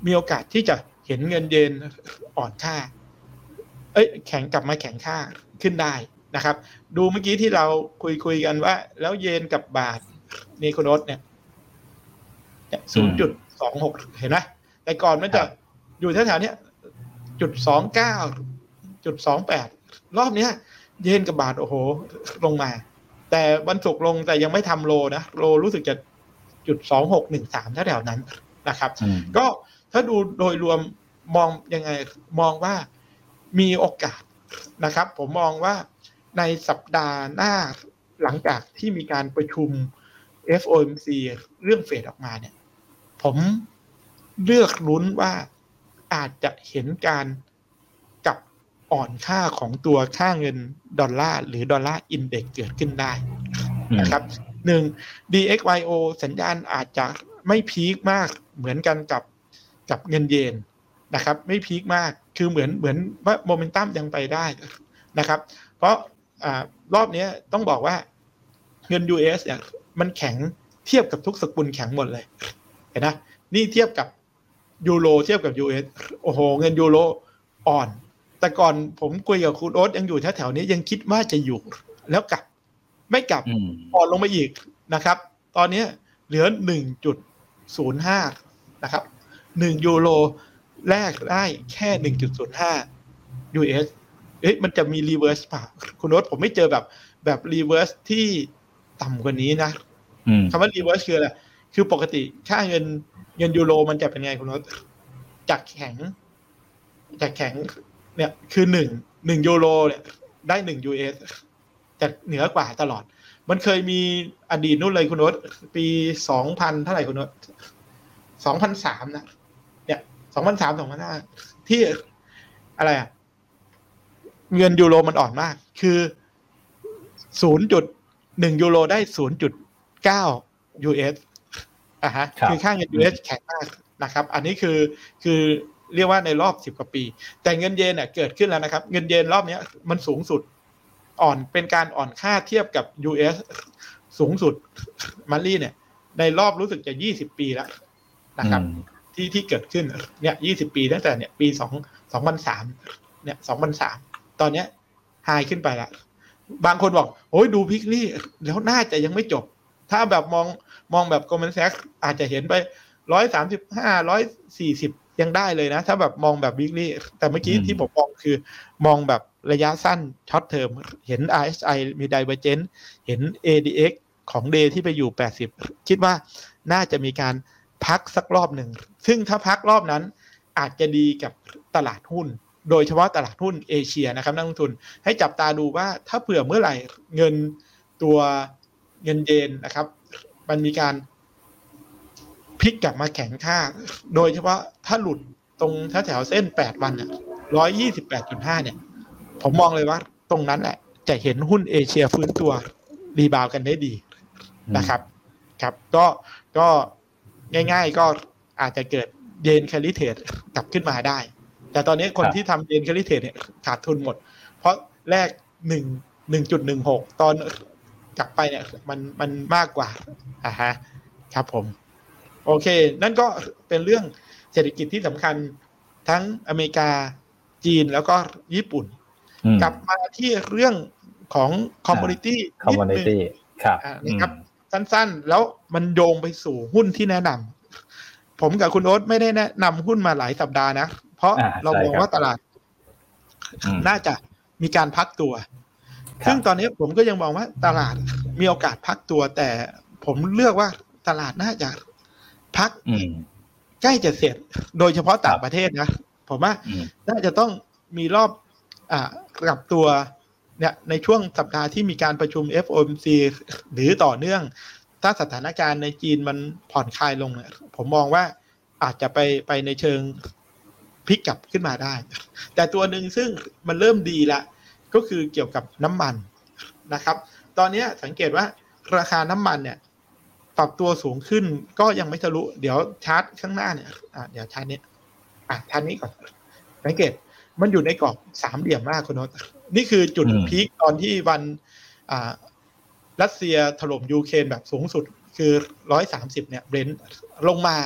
มีโอกาสที่จะเห็นเงินเยนอ่อนค่าเอ้ยแข็งกลับมาแข็งค่าขึ้นได้นะครับดูเมื่อกี้ที่เราคุยคุยกันว่าแล้วเยนกับบาทนี่คุณโอ๊ตเนี่ย ศูนย์จุดสองหก เห็นไหมแต่ก่อนมันจะอยู่แถวๆนี้จุดสองเก้าจุดสองแปดรอบเนี้ยเยนกับบาทโอ้โหลงมาแต่วันศุกร์ลงแต่ยังไม่ทำโลนะโลรู้สึกจะจุดสองหกหนึ่งสามแถวๆนั้นนะครับก็ถ้าดูโดยรวมมองยังไงมองว่ามีโอกาสนะครับผมมองว่าในสัปดาห์หน้าหลังจากที่มีการประชุม เอฟ โอ เอ็ม ซี เรื่องเฟดออกมาเนี่ยผมเลือกลุ้นว่าอาจจะเห็นการกลับอ่อนค่าของตัวค่าเงินดอลลาร์หรือดอลลาร์อินเด็กซ์เกิดขึ้นได้นะครับหนึ่ง ดี เอ็กซ์ วาย โอ สัญญาณอาจจะไม่พีคมากเหมือนกันกับกับเงินเยนนะครับไม่พีคมากคือเหมือนเหมือนว่าโมเมนตัมยังไปได้นะครับเพราะอ่ารอบนี้ต้องบอกว่าเงิน ยู เอส เนี่ยมันแข็งเทียบกับทุกสกุลแข็งหมดเลยเห็นนะนี่เทียบกับยูโรเทียบกับ ยู เอส โอ้โหเงินยูโรอ่อนแต่ก่อนผมคุยกับคุณโอ๊ตยังอยู่แถวๆนี้ยังคิดว่าจะอยู่แล้วกลับไม่กลับอ่อนลงมาอีกนะครับตอนนี้เหลือ หนึ่งจุดศูนย์ห้า นะครับหนึ่งยูโรแลกได้แค่ หนึ่งจุดศูนย์ห้า ยู เอส เอ๊ะมันจะมีรีเวิร์สป่ะคุณโอ๊ตผมไม่เจอแบบแบบรีเวิร์สที่ต่ำกว่านี้นะคำว่ารีเวิร์สคืออะไรคือปกติค่าเงินเงินยูโรมันจะเป็นไงคุณโอ๊ตจากแข็งจากแข็งเนี่ยคือหนึ่ง หนึ่งยูโรเนี่ยได้หนึ่ง ยู เอส จะเหนือกว่าตลอดมันเคยมีอดีตนู่นเลยคุณโอ๊ตปีสองพันเท่าไหร่คุณโอ๊ตสองพันสามนะเนี่ยสองพันสาม สองพันห้าที่อะไรอ่ะเงินยูโรมันอ่อนมากคือ ศูนย์จุดหนึ่ง ยูโรได้ ศูนย์จุดเก้า ยู เอส อ่ะฮะคือค่าเงิน ยู เอส แข็งมากนะครับอันนี้คือคือเรียกว่าในรอบสิบกว่าปีแต่เงินเยนเนี่ยเกิดขึ้นแล้วนะครับเงินเยนรอบนี้มันสูงสุดอ่อนเป็นการอ่อนค่าเทียบกับ ยู เอส สูงสุดมันลี่เนี่ยในรอบรู้สึกจะยี่สิบปีแล้วนะครับที่ที่เกิดขึ้นเนี่ยยี่สิบปีตั้งแต่เนี่ยปีสอง สองพันสามเนี่ยสองพันสามตอนเนี้ยไฮขึ้นไปแล้วบางคนบอกโอ้ยดูพิกลี่แล้วน่าจะยังไม่จบถ้าแบบมองมองแบบ Goldman Sachs อาจจะเห็นไปหนึ่งร้อยสามสิบห้า หนึ่งร้อยสี่สิบยังได้เลยนะถ้าแบบมองแบบวิกลี่แต่เมื่อกี้ที่ผมมองคือมองแบบระยะสั้นช็อตเทอมเห็น อาร์ เอส ไอ มี Divergence เห็น เอ ดี เอ็กซ์ ของ Day ที่ไปอยู่แปดสิบคิดว่าน่าจะมีการพักสักรอบหนึ่งซึ่งถ้าพักรอบนั้นอาจจะดีกับตลาดหุ้นโดยเฉพาะตลาดหุ้นเอเชียนะครับนักลงทุนให้จับตาดูว่าถ้าเผื่อเมื่อไหร่เงินตัวเงินเยนนะครับมันมีการพลิกกลับมาแข็งค่าโดยเฉพาะถ้าหลุดตรงแถวๆเส้นแปดวันเนี่ย หนึ่งร้อยยี่สิบแปดจุดห้า เนี่ยผมมองเลยว่าตรงนั้นแหละจะเห็นหุ้นเอเชียฟื้นตัวรีบาวกันได้ดีนะครับครับก็ก็ง่ายๆก็อาจจะเกิดเยนแคลิเทรดกลับขึ้นมาได้แต่ตอนนี้คนที่ทำเยนแคลิเทรดเนี่ยขาดทุนหมดเพราะแรกหนึ่ง หนึ่งจุดหนึ่งหก ตอนกลับไปเนี่ยมันมันมากกว่าอ่าฮะครับผมโอเคนั่นก็เป็นเรื่องเศรษฐกิจที่สำคัญทั้งอเมริกาจีนแล้วก็ญี่ปุ่นกลับมาที่เรื่องของคอมมูนิตี้นิดนึงนะครับสั้นๆแล้วมันโยงไปสู่หุ้นที่แนะนำผมกับคุณโอ๊ตไม่ได้แนะนำหุ้นมาหลายสัปดาห์นะเพราะเรามองว่าตลาดน่าจะมีการพักตัวซึ่งตอนนี้ผมก็ยังมองว่าตลาดมีโอกาสพักตัวแต่ผมเลือกว่าตลาดน่าจะพักใกล้จะเสร็จโดยเฉพาะต่างประเทศนะผมว่าน่าจะต้องมีรอบอ่ากลับตัวเนี่ยในช่วงสัปดาห์ที่มีการประชุม เอฟ โอ เอ็ม ซี หรือต่อเนื่องถ้าสถานการณ์ในจีนมันผ่อนคลายลงเนี่ยผมมองว่าอาจจะไปไปในเชิงพลิกกลับขึ้นมาได้แต่ตัวหนึ่งซึ่งมันเริ่มดีละก็คือเกี่ยวกับน้ำมันนะครับตอนนี้สังเกตว่าราคาน้ำมันเนี่ยปรับตัวสูงขึ้นก็ยังไม่ทะลุเดี๋ยวชาร์ตข้างหน้าเนี่ยอ่ะเดี๋ยวชาร์ตนี้อ่ะชาร์ตนี้ก่อนสังเกตมันอยู่ในกรอบสามเหลี่ยมมากคุณโน้ตนี่คือจุดพีคตอนที่วันอ่ารัสเซียถล่มยูเครนแบบสูงสุดคือหนึ่งร้อยสามสิบเนี่ยเบรนท์ลงมา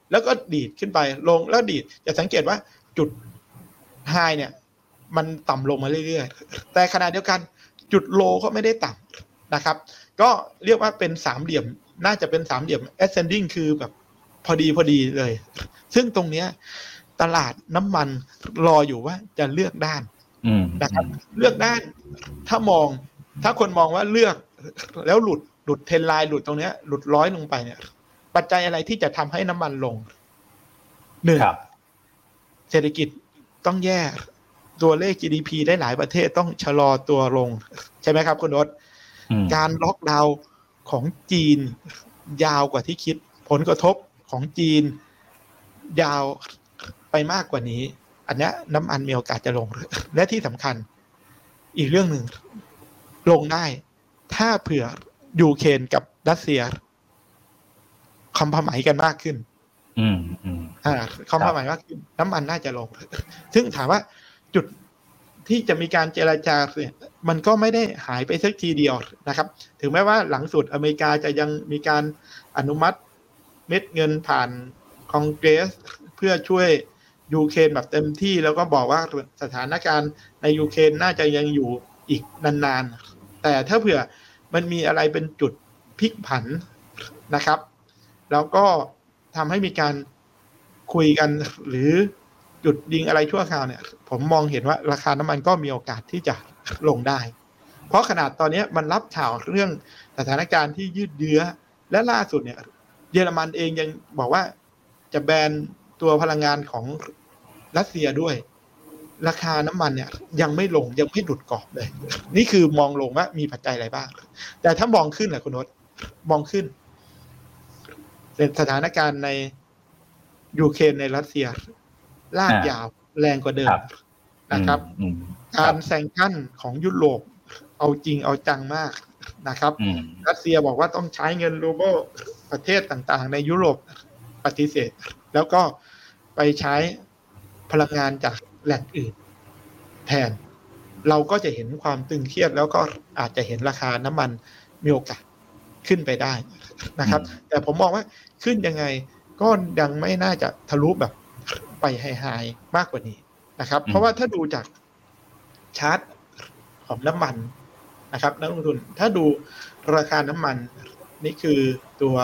แล้วก็ดีดขึ้นไปลงแล้วดีดจะสังเกตว่าจุดไฮเนี่ยมันต่ำลงมาเรื่อยๆแต่ขณะเดียวกันจุดโลก็ไม่ได้ต่ำนะครับก็เรียกว่าเป็นสามเหลี่ยมน่าจะเป็นสามเหลี่ยม ascending คือแบบพอดีพอดีเลยซึ่งตรงเนี้ยตลาดน้ำมันรออยู่ว่าจะเลือกด้านนะครับเลือกด้านถ้ามองถ้าคนมองว่าเลือกแล้วหลุดหลุดเทรนไลน์หลุดตรงเนี้ยหลุดร้อยลงไปเนี่ยปัจจัยอะไรที่จะทำให้น้ำมันลงหนึ่งเศรษฐกิจต้องแย่ตัวเลข จี ดี พี ได้หลายประเทศต้องชะลอตัวลงใช่ไหมครับคุณโอ๊ตการล็อกดาวน์ของจีนยาวกว่าที่คิดผลกระทบของจีนยาวไปมากกว่านี้อันนี้น้ำมันมีโอกาสจะลงและที่สำคัญอีกเรื่องหนึ่งลงได้ถ้าเผื่อยูเครนกับรัสเซียคอมพมัยกันมากขึ้นอืมอืมอ่าคอมพมัยมากขึ้นน้ำมันน่าจะลงซึ่งถามว่าจุดที่จะมีการเจรจาเนี่ยมันก็ไม่ได้หายไปสักทีเดียวนะครับถึงแม้ว่าหลังสุดอเมริกาจะยังมีการอนุมัติเม็ดเงินผ่านคองเกรสเพื่อช่วยยูเครนแบบเต็มที่แล้วก็บอกว่าสถานการณ์ในยูเครนน่าจะยังอยู่อีกนานๆแต่ถ้าเผื่อมันมีอะไรเป็นจุดพลิกผันนะครับแล้วก็ทำให้มีการคุยกันหรือจุดยิงอะไรชั่วคราวเนี่ยผมมองเห็นว่าราคาน้ำมันก็มีโอกาสที่จะลงได้เพราะขนาดตอนนี้มันรับข่าวเรื่องสถานการณ์ที่ยืดเยื้อและล่าสุดเนี่ยเยอรมันเองยังบอกว่าจะแบนตัวพลังงานของรัสเซียด้วยราคาน้ำมันเนี่ยยังไม่ลงยังไม่หลุดกรอบเลยนี่คือมองลงว่ามีปัจจัยอะไรบ้างแต่ถ้ามองขึ้นแหละคุณโน้ตมองขึ้นเป็นสถานการณ์ในยูเครนในรัสเซียลากยาวแรงกว่าเดิมนะครับการแซงชั่นของยุโรปเอาจริงเอาจังมากนะครับรัสเซียบอกว่าต้องใช้เงินรูเบิลประเทศต่างๆในยุโรปปฏิเสธแล้วก็ไปใช้พลังงานจากแหล่งอื่นแทนเราก็จะเห็นความตึงเครียดแล้วก็อาจจะเห็นราคาน้ำมันมีโอกาสขึ้นไปได้นะครับแต่ผมมองว่าขึ้นยังไงก็ยังไม่น่าจะทะลุแบบไปไฮๆมากกว่านี้นะครับเพราะว่าถ้าดูจากชาร์ตของน้ำมันนะครับนักลงทุนถ้าดูราคาน้ำมันนี่คือตัว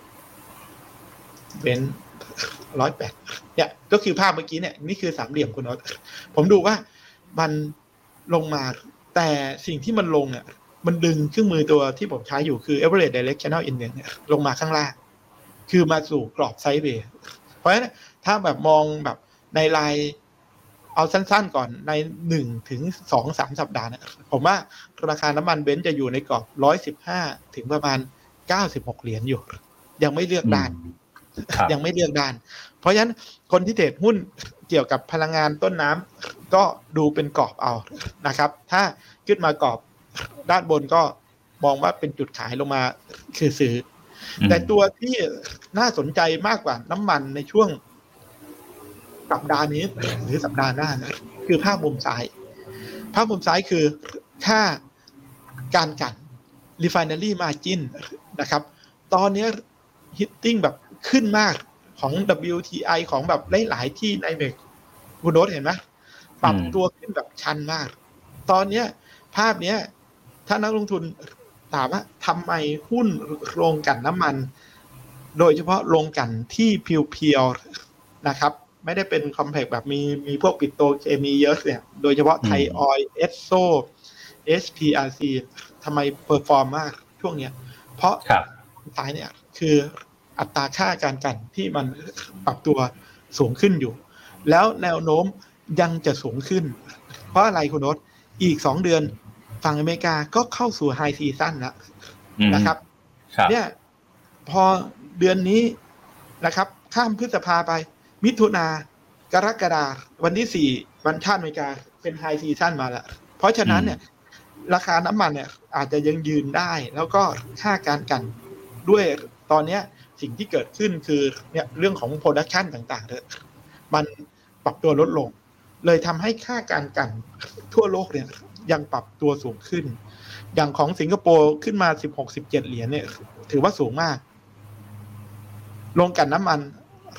เบนซ์ร้อยแปดเนี่ยก็คือภาพเมื่อกี้เนี่ยนี่คือสามเหลี่ยมคุณน็อตผมดูว่ามันลงมาแต่สิ่งที่มันลงเนี่ยมันดึงเครื่องมือตัวที่ผมใช้อยู่คือ average directional index เนี่ยลงมาข้างล่างคือมาสู่กรอบไซด์เวย์เพราะฉะนั้นถ้าแบบมองแบบในรายเอาสั้นๆก่อนในหนึ่งถึงสอง สามสัปดาห์เนี่ยผมว่าราคาน้ำมันเบนซ์จะอยู่ในกรอบหนึ่งร้อยสิบห้าถึงประมาณเก้าสิบหกเหรียญอยู่ยังไม่เลือกด้านยังไม่เลือกด้านเพราะฉะนั้นคนที่เทรดหุ้นเกี่ยวกับพลังงานต้นน้ำก็ดูเป็นกรอบเอานะครับถ้าขึ้นมากรอบด้านบนก็มองว่าเป็นจุดขายลงมาคือซื้อแต่ตัวที่น่าสนใจมากกว่าน้ำมันในช่วงสัปดาห์นี้หรือสัปดาห์หน้านะคือภาพมุมซ้ายภาพมุมซ้ายคือค่าการกัน refinery margin นะครับตอนนี้ hitting แบบขึ้นมากของ ดับเบิลยู ที ไอ ของแบบหลายๆที่ในเมกคุณโน้ตเห็นไหมปรับตัวขึ้นแบบชันมากตอนนี้ภาพนี้ถ้านักลงทุนถามว่าทำไมหุ้นโรงกลั่นน้ำมันโดยเฉพาะโรงกลั่นที่เพียวๆนะครับไม่ได้เป็นคอมเพล็กซ์แบบมีมีพวกปิโตรเคมีเยอะเนี่ยโดยเฉพาะไทยออยล์เอสโซ เอส พี อาร์ ซี ทำไมเปอร์ฟอร์มมากช่วงเนี้ยเพราะท้ายเนี่ยคืออัตราค่าการกันที่มันปรับตัวสูงขึ้นอยู่แล้วแนวโน้มยังจะสูงขึ้นเพราะอะไรคุณโน้ตอีกสองเดือนฝั่งอเมริกาก็เข้าสู่ไฮซีซั่นแล้วนะครับเนี่ยพอเดือนนี้นะครับข้ามพฤษภาไปมิถุนากรกฎาวันที่สี่วันชาติอเมริกาเป็นไฮซีซั่นมาแล้วเพราะฉะนั้นเนี่ยราคาน้ำมันเนี่ยอาจจะยังยืนได้แล้วก็ค่าการกันด้วยตอนนี้สิ่งที่เกิดขึ้นคือเนี่ยเรื่องของโปรดักชันต่างๆเนี่ยมันปรับตัวลดลงเลยทำให้ค่าการกันทั่วโลกเนี่ยยังปรับตัวสูงขึ้นอย่างของสิงคโปร์ขึ้นมาสิบหก สิบเจ็ดเหรียญเนี่ยถือว่าสูงมากโรงกลั่นน้ำมัน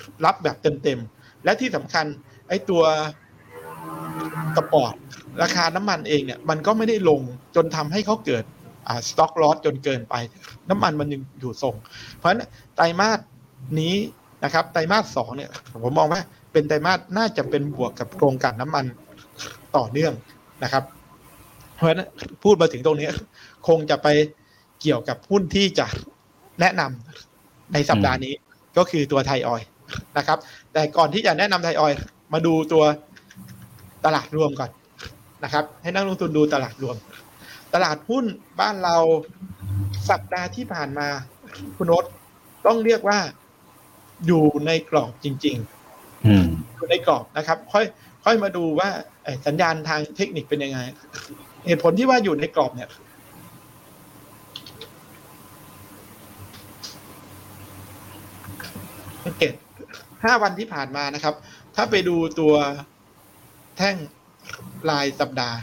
รับแบบเต็มๆและที่สำคัญไอ้ตัวสปอร์ตราคาน้ำมันเองเนี่ยมันก็ไม่ได้ลงจนทำให้เขาเกิดอ่าสต็อกลอสจนเกินไปน้ำมันมันยังอยู่ทรงเพราะฉะนั้นไตรมาสนี้นะครับไตรมาสสองเนี่ยผมมองว่าเป็นไตรมาสน่าจะเป็นบวกกับโครงการน้ำมันต่อเนื่องนะครับเพราะฉะนั้นพูดมาถึงตรงนี้คงจะไปเกี่ยวกับหุ้นที่จะแนะนำในสัปดาห์นี้ก็คือตัวไทยออยล์นะครับแต่ก่อนที่จะแนะนำไทยออยล์มาดูตัวตลาดรวมก่อนนะครับให้นักลงทุนดูตลาดรวมตลาดหุ้นบ้านเราสัปดาห์ที่ผ่านมาคุณโอ๊ตต้องเรียกว่าอยู่ในกรอบจริงๆอยู่ในกรอบนะครับค่อยค่อยมาดูว่าสัญญาณทางเทคนิคเป็นยังไงเหตุผลที่ว่าอยู่ในกรอบเนี่ยสังเกตห้าวันที่ผ่านมานะครับถ้าไปดูตัวแท่งรายสัปดาห์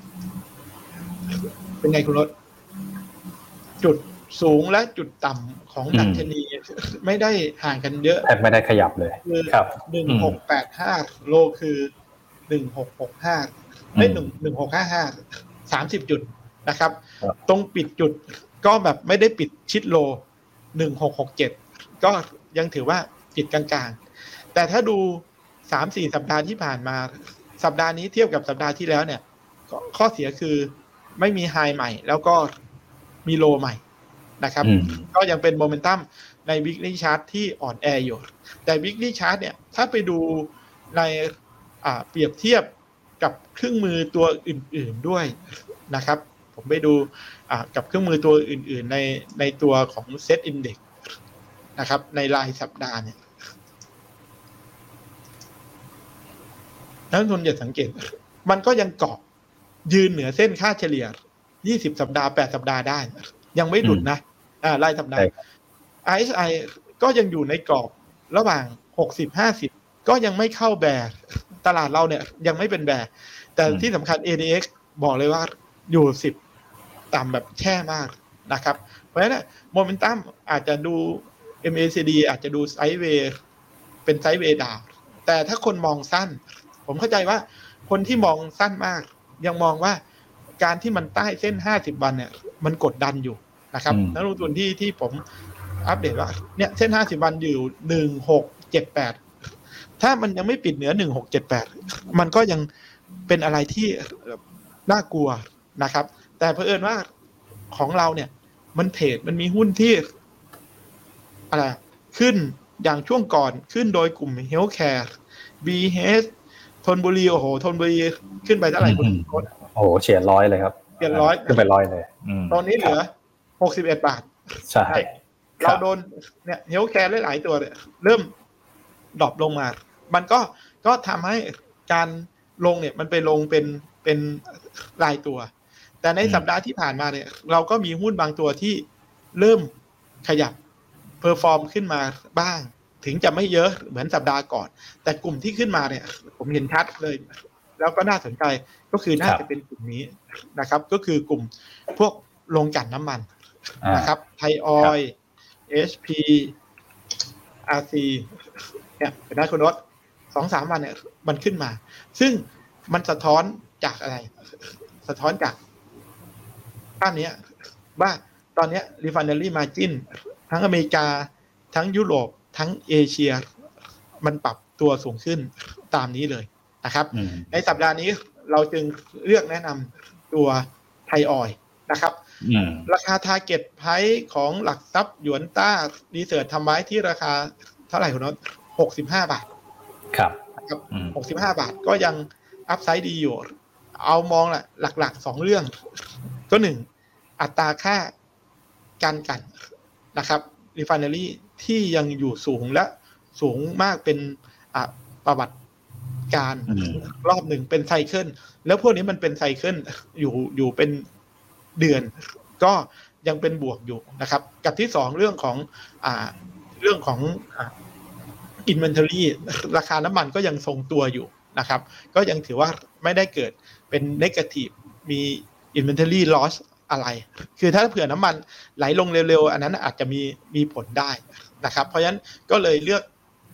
เป็นไงคุณรถจุดสูงและจุดต่ำของดัชนีไม่ได้ห่างกันเยอะแทบไม่ได้ขยับเลยครับหนึ่งหกแปดห้าโลคือหนึ่งหกหกห้าไม่หนึ่งหนึ่งหกห้าห้าสามสิบจุดนะครับตรงปิดจุดก็แบบไม่ได้ปิดชิดโลหนึ่งหกหกเจ็ดก็ยังถือว่าปิดกลางๆแต่ถ้าดูสามสี่สัปดาห์ที่ผ่านมาสัปดาห์นี้เทียบกับสัปดาห์ที่แล้วเนี่ยข้อเสียคือไม่มีไฮใหม่แล้วก็มีโลใหม่นะครับก็ยังเป็นโมเมนตัมใน weekly chart ที่อ่อนแออยู่แต่ weekly chart เนี่ยถ้าไปดูในเปรียบเทียบกับเครื่องมือตัวอื่นๆด้วยนะครับผมไปดูกับเครื่องมือตัวอื่นๆในในตัวของ Set Index นะครับในรายสัปดาห์เนี่ยนักลงทุนอย่าสังเกตมันก็ยังเกาะยืนเหนือเส้นค่าเฉลี่ยยี่สิบสัปดาห์แปดสัปดาห์ได้ยังไม่หลุดนะอ่ารายสัปดาห์ อาร์ เอส ไอ ก็ยังอยู่ในกรอบระหว่างหกสิบ ห้าสิบก็ยังไม่เข้าแบร์ตลาดเราเนี่ยยังไม่เป็นแบร์แต่ที่สำคัญ เอ ดี เอ็กซ์ บอกเลยว่าอยู่สิบต่ำแบบแช่มากนะครับเพราะฉะนั้นโมเมนตัมอาจจะดู เอ็ม เอ ซี ดี อาจจะดูไซด์เวย์เป็นไซด์เวย์ดาวน์แต่ถ้าคนมองสั้นผมเข้าใจว่าคนที่มองสั้นมากยังมองว่าการที่มันใต้เส้นห้าสิบวันเนี่ยมันกดดันอยู่นะครับนักลงทุนที่ที่ผมอัปเดตว่าเนี่ยเส้นห้าสิบวันอยู่หนึ่งหกเจ็ดแปดถ้ามันยังไม่ปิดเหนือหนึ่งหกเจ็ดแปดมันก็ยังเป็นอะไรที่น่ากลัวนะครับแต่เผอิญว่าของเราเนี่ยมันเทรดมันมีหุ้นที่อะไรขึ้นอย่างช่วงก่อนขึ้นโดยกลุ่ม Healthcare บี เอช ธนบุรีโอ้โหธนบุรีขึ้นไปเท่าไหร่คุณโอ้โหเฉียดร้อยเลยครับเฉียดร้อยขึ้นไปร้อยเลยตอนนี้เหลือหกสิบเอ็ดบาทใช่เราโดนเนี่ยเฮลท์แคร์หลายๆตัวเนี่ยเริ่มดรอปลงมามันก็ก็ทำให้การลงเนี่ยมันไปลงเป็นเป็นรายตัวแต่ในสัปดาห์ที่ผ่านมาเนี่ยเราก็มีหุ้นบางตัวที่เริ่มขยับเพอร์ฟอร์มขึ้นมาบ้างถึงจะไม่เยอะเหมือนสัปดาห์ก่อนแต่กลุ่มที่ขึ้นมาเนี่ยผมเห็นชัดเลยแล้วก็น่าสนใจก็คือน่าจะเป็นกลุ่มนี้นะครับก็คือกลุ่มพวกโรงกลั่นน้ำมันนะครับไทยออยล์ เอช พี อาร์ ซี เนี่ยเป็นได้คุณรถ สองสาม วันเนี่ยมันขึ้นมาซึ่งมันสะท้อนจากอะไรสะท้อนจากด้านนี้ว่าตอนนี้ refinery margin ทั้งอเมริกาทั้งยุโรปทั้งเอเชียมันปรับตัวสูงขึ้นตามนี้เลยนะครับในสัปดาห์นี้เราจึงเลือกแนะนำตัวไทยออยล์นะครับราคา target price ของหลักทรัพย์หยวนต้ารีเสิร์ชทำไว้ที่ราคาเท่าไหร่คุณน้องหกสิบห้าบาทครับครับหกสิบห้าบาทก็ยังอัพไซด์ดีอยู่เอามองแหละหลักๆสองเรื่องก็หนึ่งอัตราค่าการกันนะครับ refinery ที่ยังอยู่สูงและสูงมากเป็นประวัติการรอบหนึ่งเป็นไซเคิลแล้วพวกนี้มันเป็นไซเคิลอยู่อยู่เป็นเดือนก็ยังเป็นบวกอยู่นะครับกับที่สองเรื่องของอ่าเรื่องของอ่า inventory ราคาน้ำมันก็ยังทรงตัวอยู่นะครับก็ยังถือว่าไม่ได้เกิดเป็น negative มี inventory loss อะไรคือถ้าเผื่อน้ำมันไหลลงเร็วๆอันนั้นอาจจะมีมีผลได้นะครับเพราะฉะนั้นก็เลยเลือก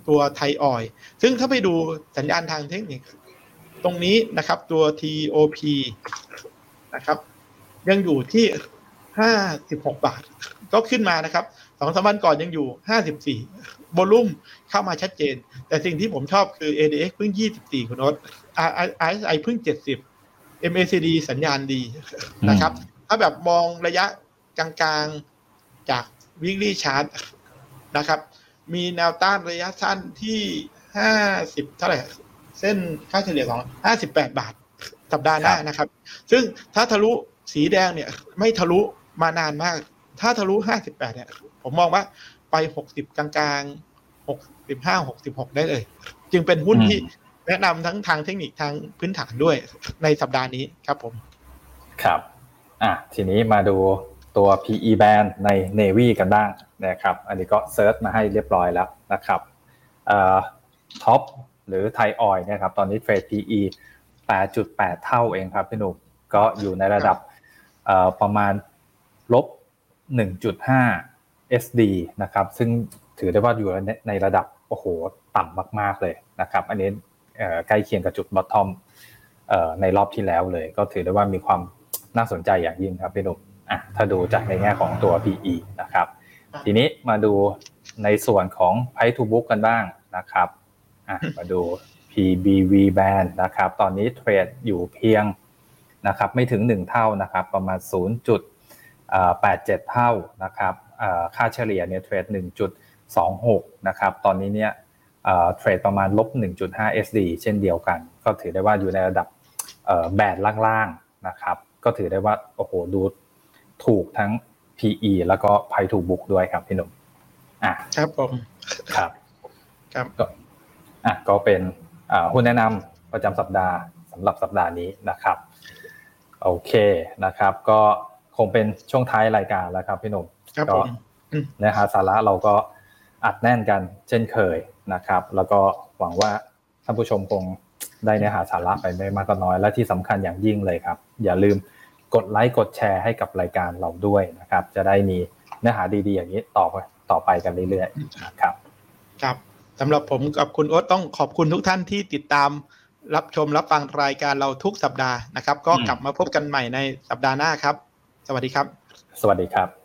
ตัวไทยออยล์ซึ่งถ้าไปดูสัญญาณทางเทคนิคตรงนี้นะครับตัว ที โอ พี นะครับยังอยู่ที่ห้าสิบหกบาทก็ขึ้นมานะครับสองสามวันก่อนยังอยู่ห้าสิบสี่โวลุ่มเข้ามาชัดเจนแต่สิ่งที่ผมชอบคือ เอ ดี เอ็กซ์ เพิ่งยี่สิบสี่คุณโน้ต อาร์ เอส ไอ เพิ่งเจ็ดสิบ เอ็ม เอ ซี ดี สัญญาณดีนะครับถ้าแบบมองระยะกลางๆจาก weekly chart นะครับมีแนวต้านระยะสั้นที่ห้าสิบเท่าไหร่เส้นค่าเฉลี่ยของห้าสิบแปดบาทสัปดาห์หน้านะครับซึ่งถ้าทะลุสีแดงเนี่ยไม่ทะลุมานานมากถ้าทะลุห้าสิบแปดเนี่ยผมมองว่าไปหกสิบกลางๆหกสิบห้า หกสิบหกได้เลยจึงเป็นหุ้นที่แนะนำทั้งทางเทคนิคทางพื้นฐานด้วยในสัปดาห์นี้ครับผมครับอ่ะทีนี้มาดูตัว พี อี band ใน Navy กันบ้างนะครับอันนี้ก็เซิร์ชมาให้เรียบร้อยแล้วนะครับเอ่อท็อปหรือไทยออยล์เนี่ยครับตอนนี้เทรด พี อี แปดจุดแปด เท่าเองครับพี่หนุ่มก็อยู่ในระดับเอ่อประมาณลบ หนึ่งจุดห้า เอส ดี นะครับซึ่งถือได้ว่าอยู่ในระดับโอ้โหต่ำมากๆเลยนะครับอันนี้เอ่อใกล้เคียงกับจุด bottom เอ่อในรอบที่แล้วเลยก็ถือได้ว่ามีความน่าสนใจอย่างยิ่งครับพี่หนุ่มอ่ะถ้าดูจากในแง่ของตัว พี อี นะครับทีนี้มาดูในส่วนของ Price to Book กันบ้างนะครับอ่ะมาดู พี บี วี Band นะครับตอนนี้เทรดอยู่เพียงนะครับไม่ถึงหนึ่งเท่านะครับประมาณ ศูนย์จุดแปดเจ็ด เท่านะครับค่าเฉลี่ยเนี่ยเทรด หนึ่งจุดสองหก นะครับตอนนี้เนี่ยเทรดประมาณลบ หนึ่งจุดห้า เอส ดี เช่นเดียวกันก็ถือได้ว่าอยู่ในระดับแบนด์ล่างๆนะครับก็ถือได้ว่าโอ้โหดูถูกทั้ง พี อี แล้วก็ Price to Book ด้วยครับพี่หนุ่มอ่ะครับผมครับครับก็อ่ะก็เป็นอ่าหุ้นแนะนำประจำสัปดาห์สำหรับสัปดาห์นี้นะครับโอเคนะครับก็คงเป็นช่วงท้ายรายการแล้วครับพี่หนุ่มก็เนื้อหาสาระเราก็อัดแน่นกันเช่นเคยนะครับแล้วก็หวังว่าท่านผู้ชมคงได้เนื้อหาสาระไปไม่มากก็น้อยและที่สำคัญอย่างยิ่งเลยครับอย่าลืมกดไลค์กดแชร์ให้กับรายการเราด้วยนะครับจะได้มีเนื้อหาดีๆอย่างนี้ต่อต่อไปกันเรื่อยๆนะครับครับสำหรับผมกับคุณโอ๊ตต้องขอบคุณทุกท่านที่ติดตามรับชมรับฟังรายการเราทุกสัปดาห์นะครับก็กลับมาพบกันใหม่ในสัปดาห์หน้าครับสวัสดีครับสวัสดีครับ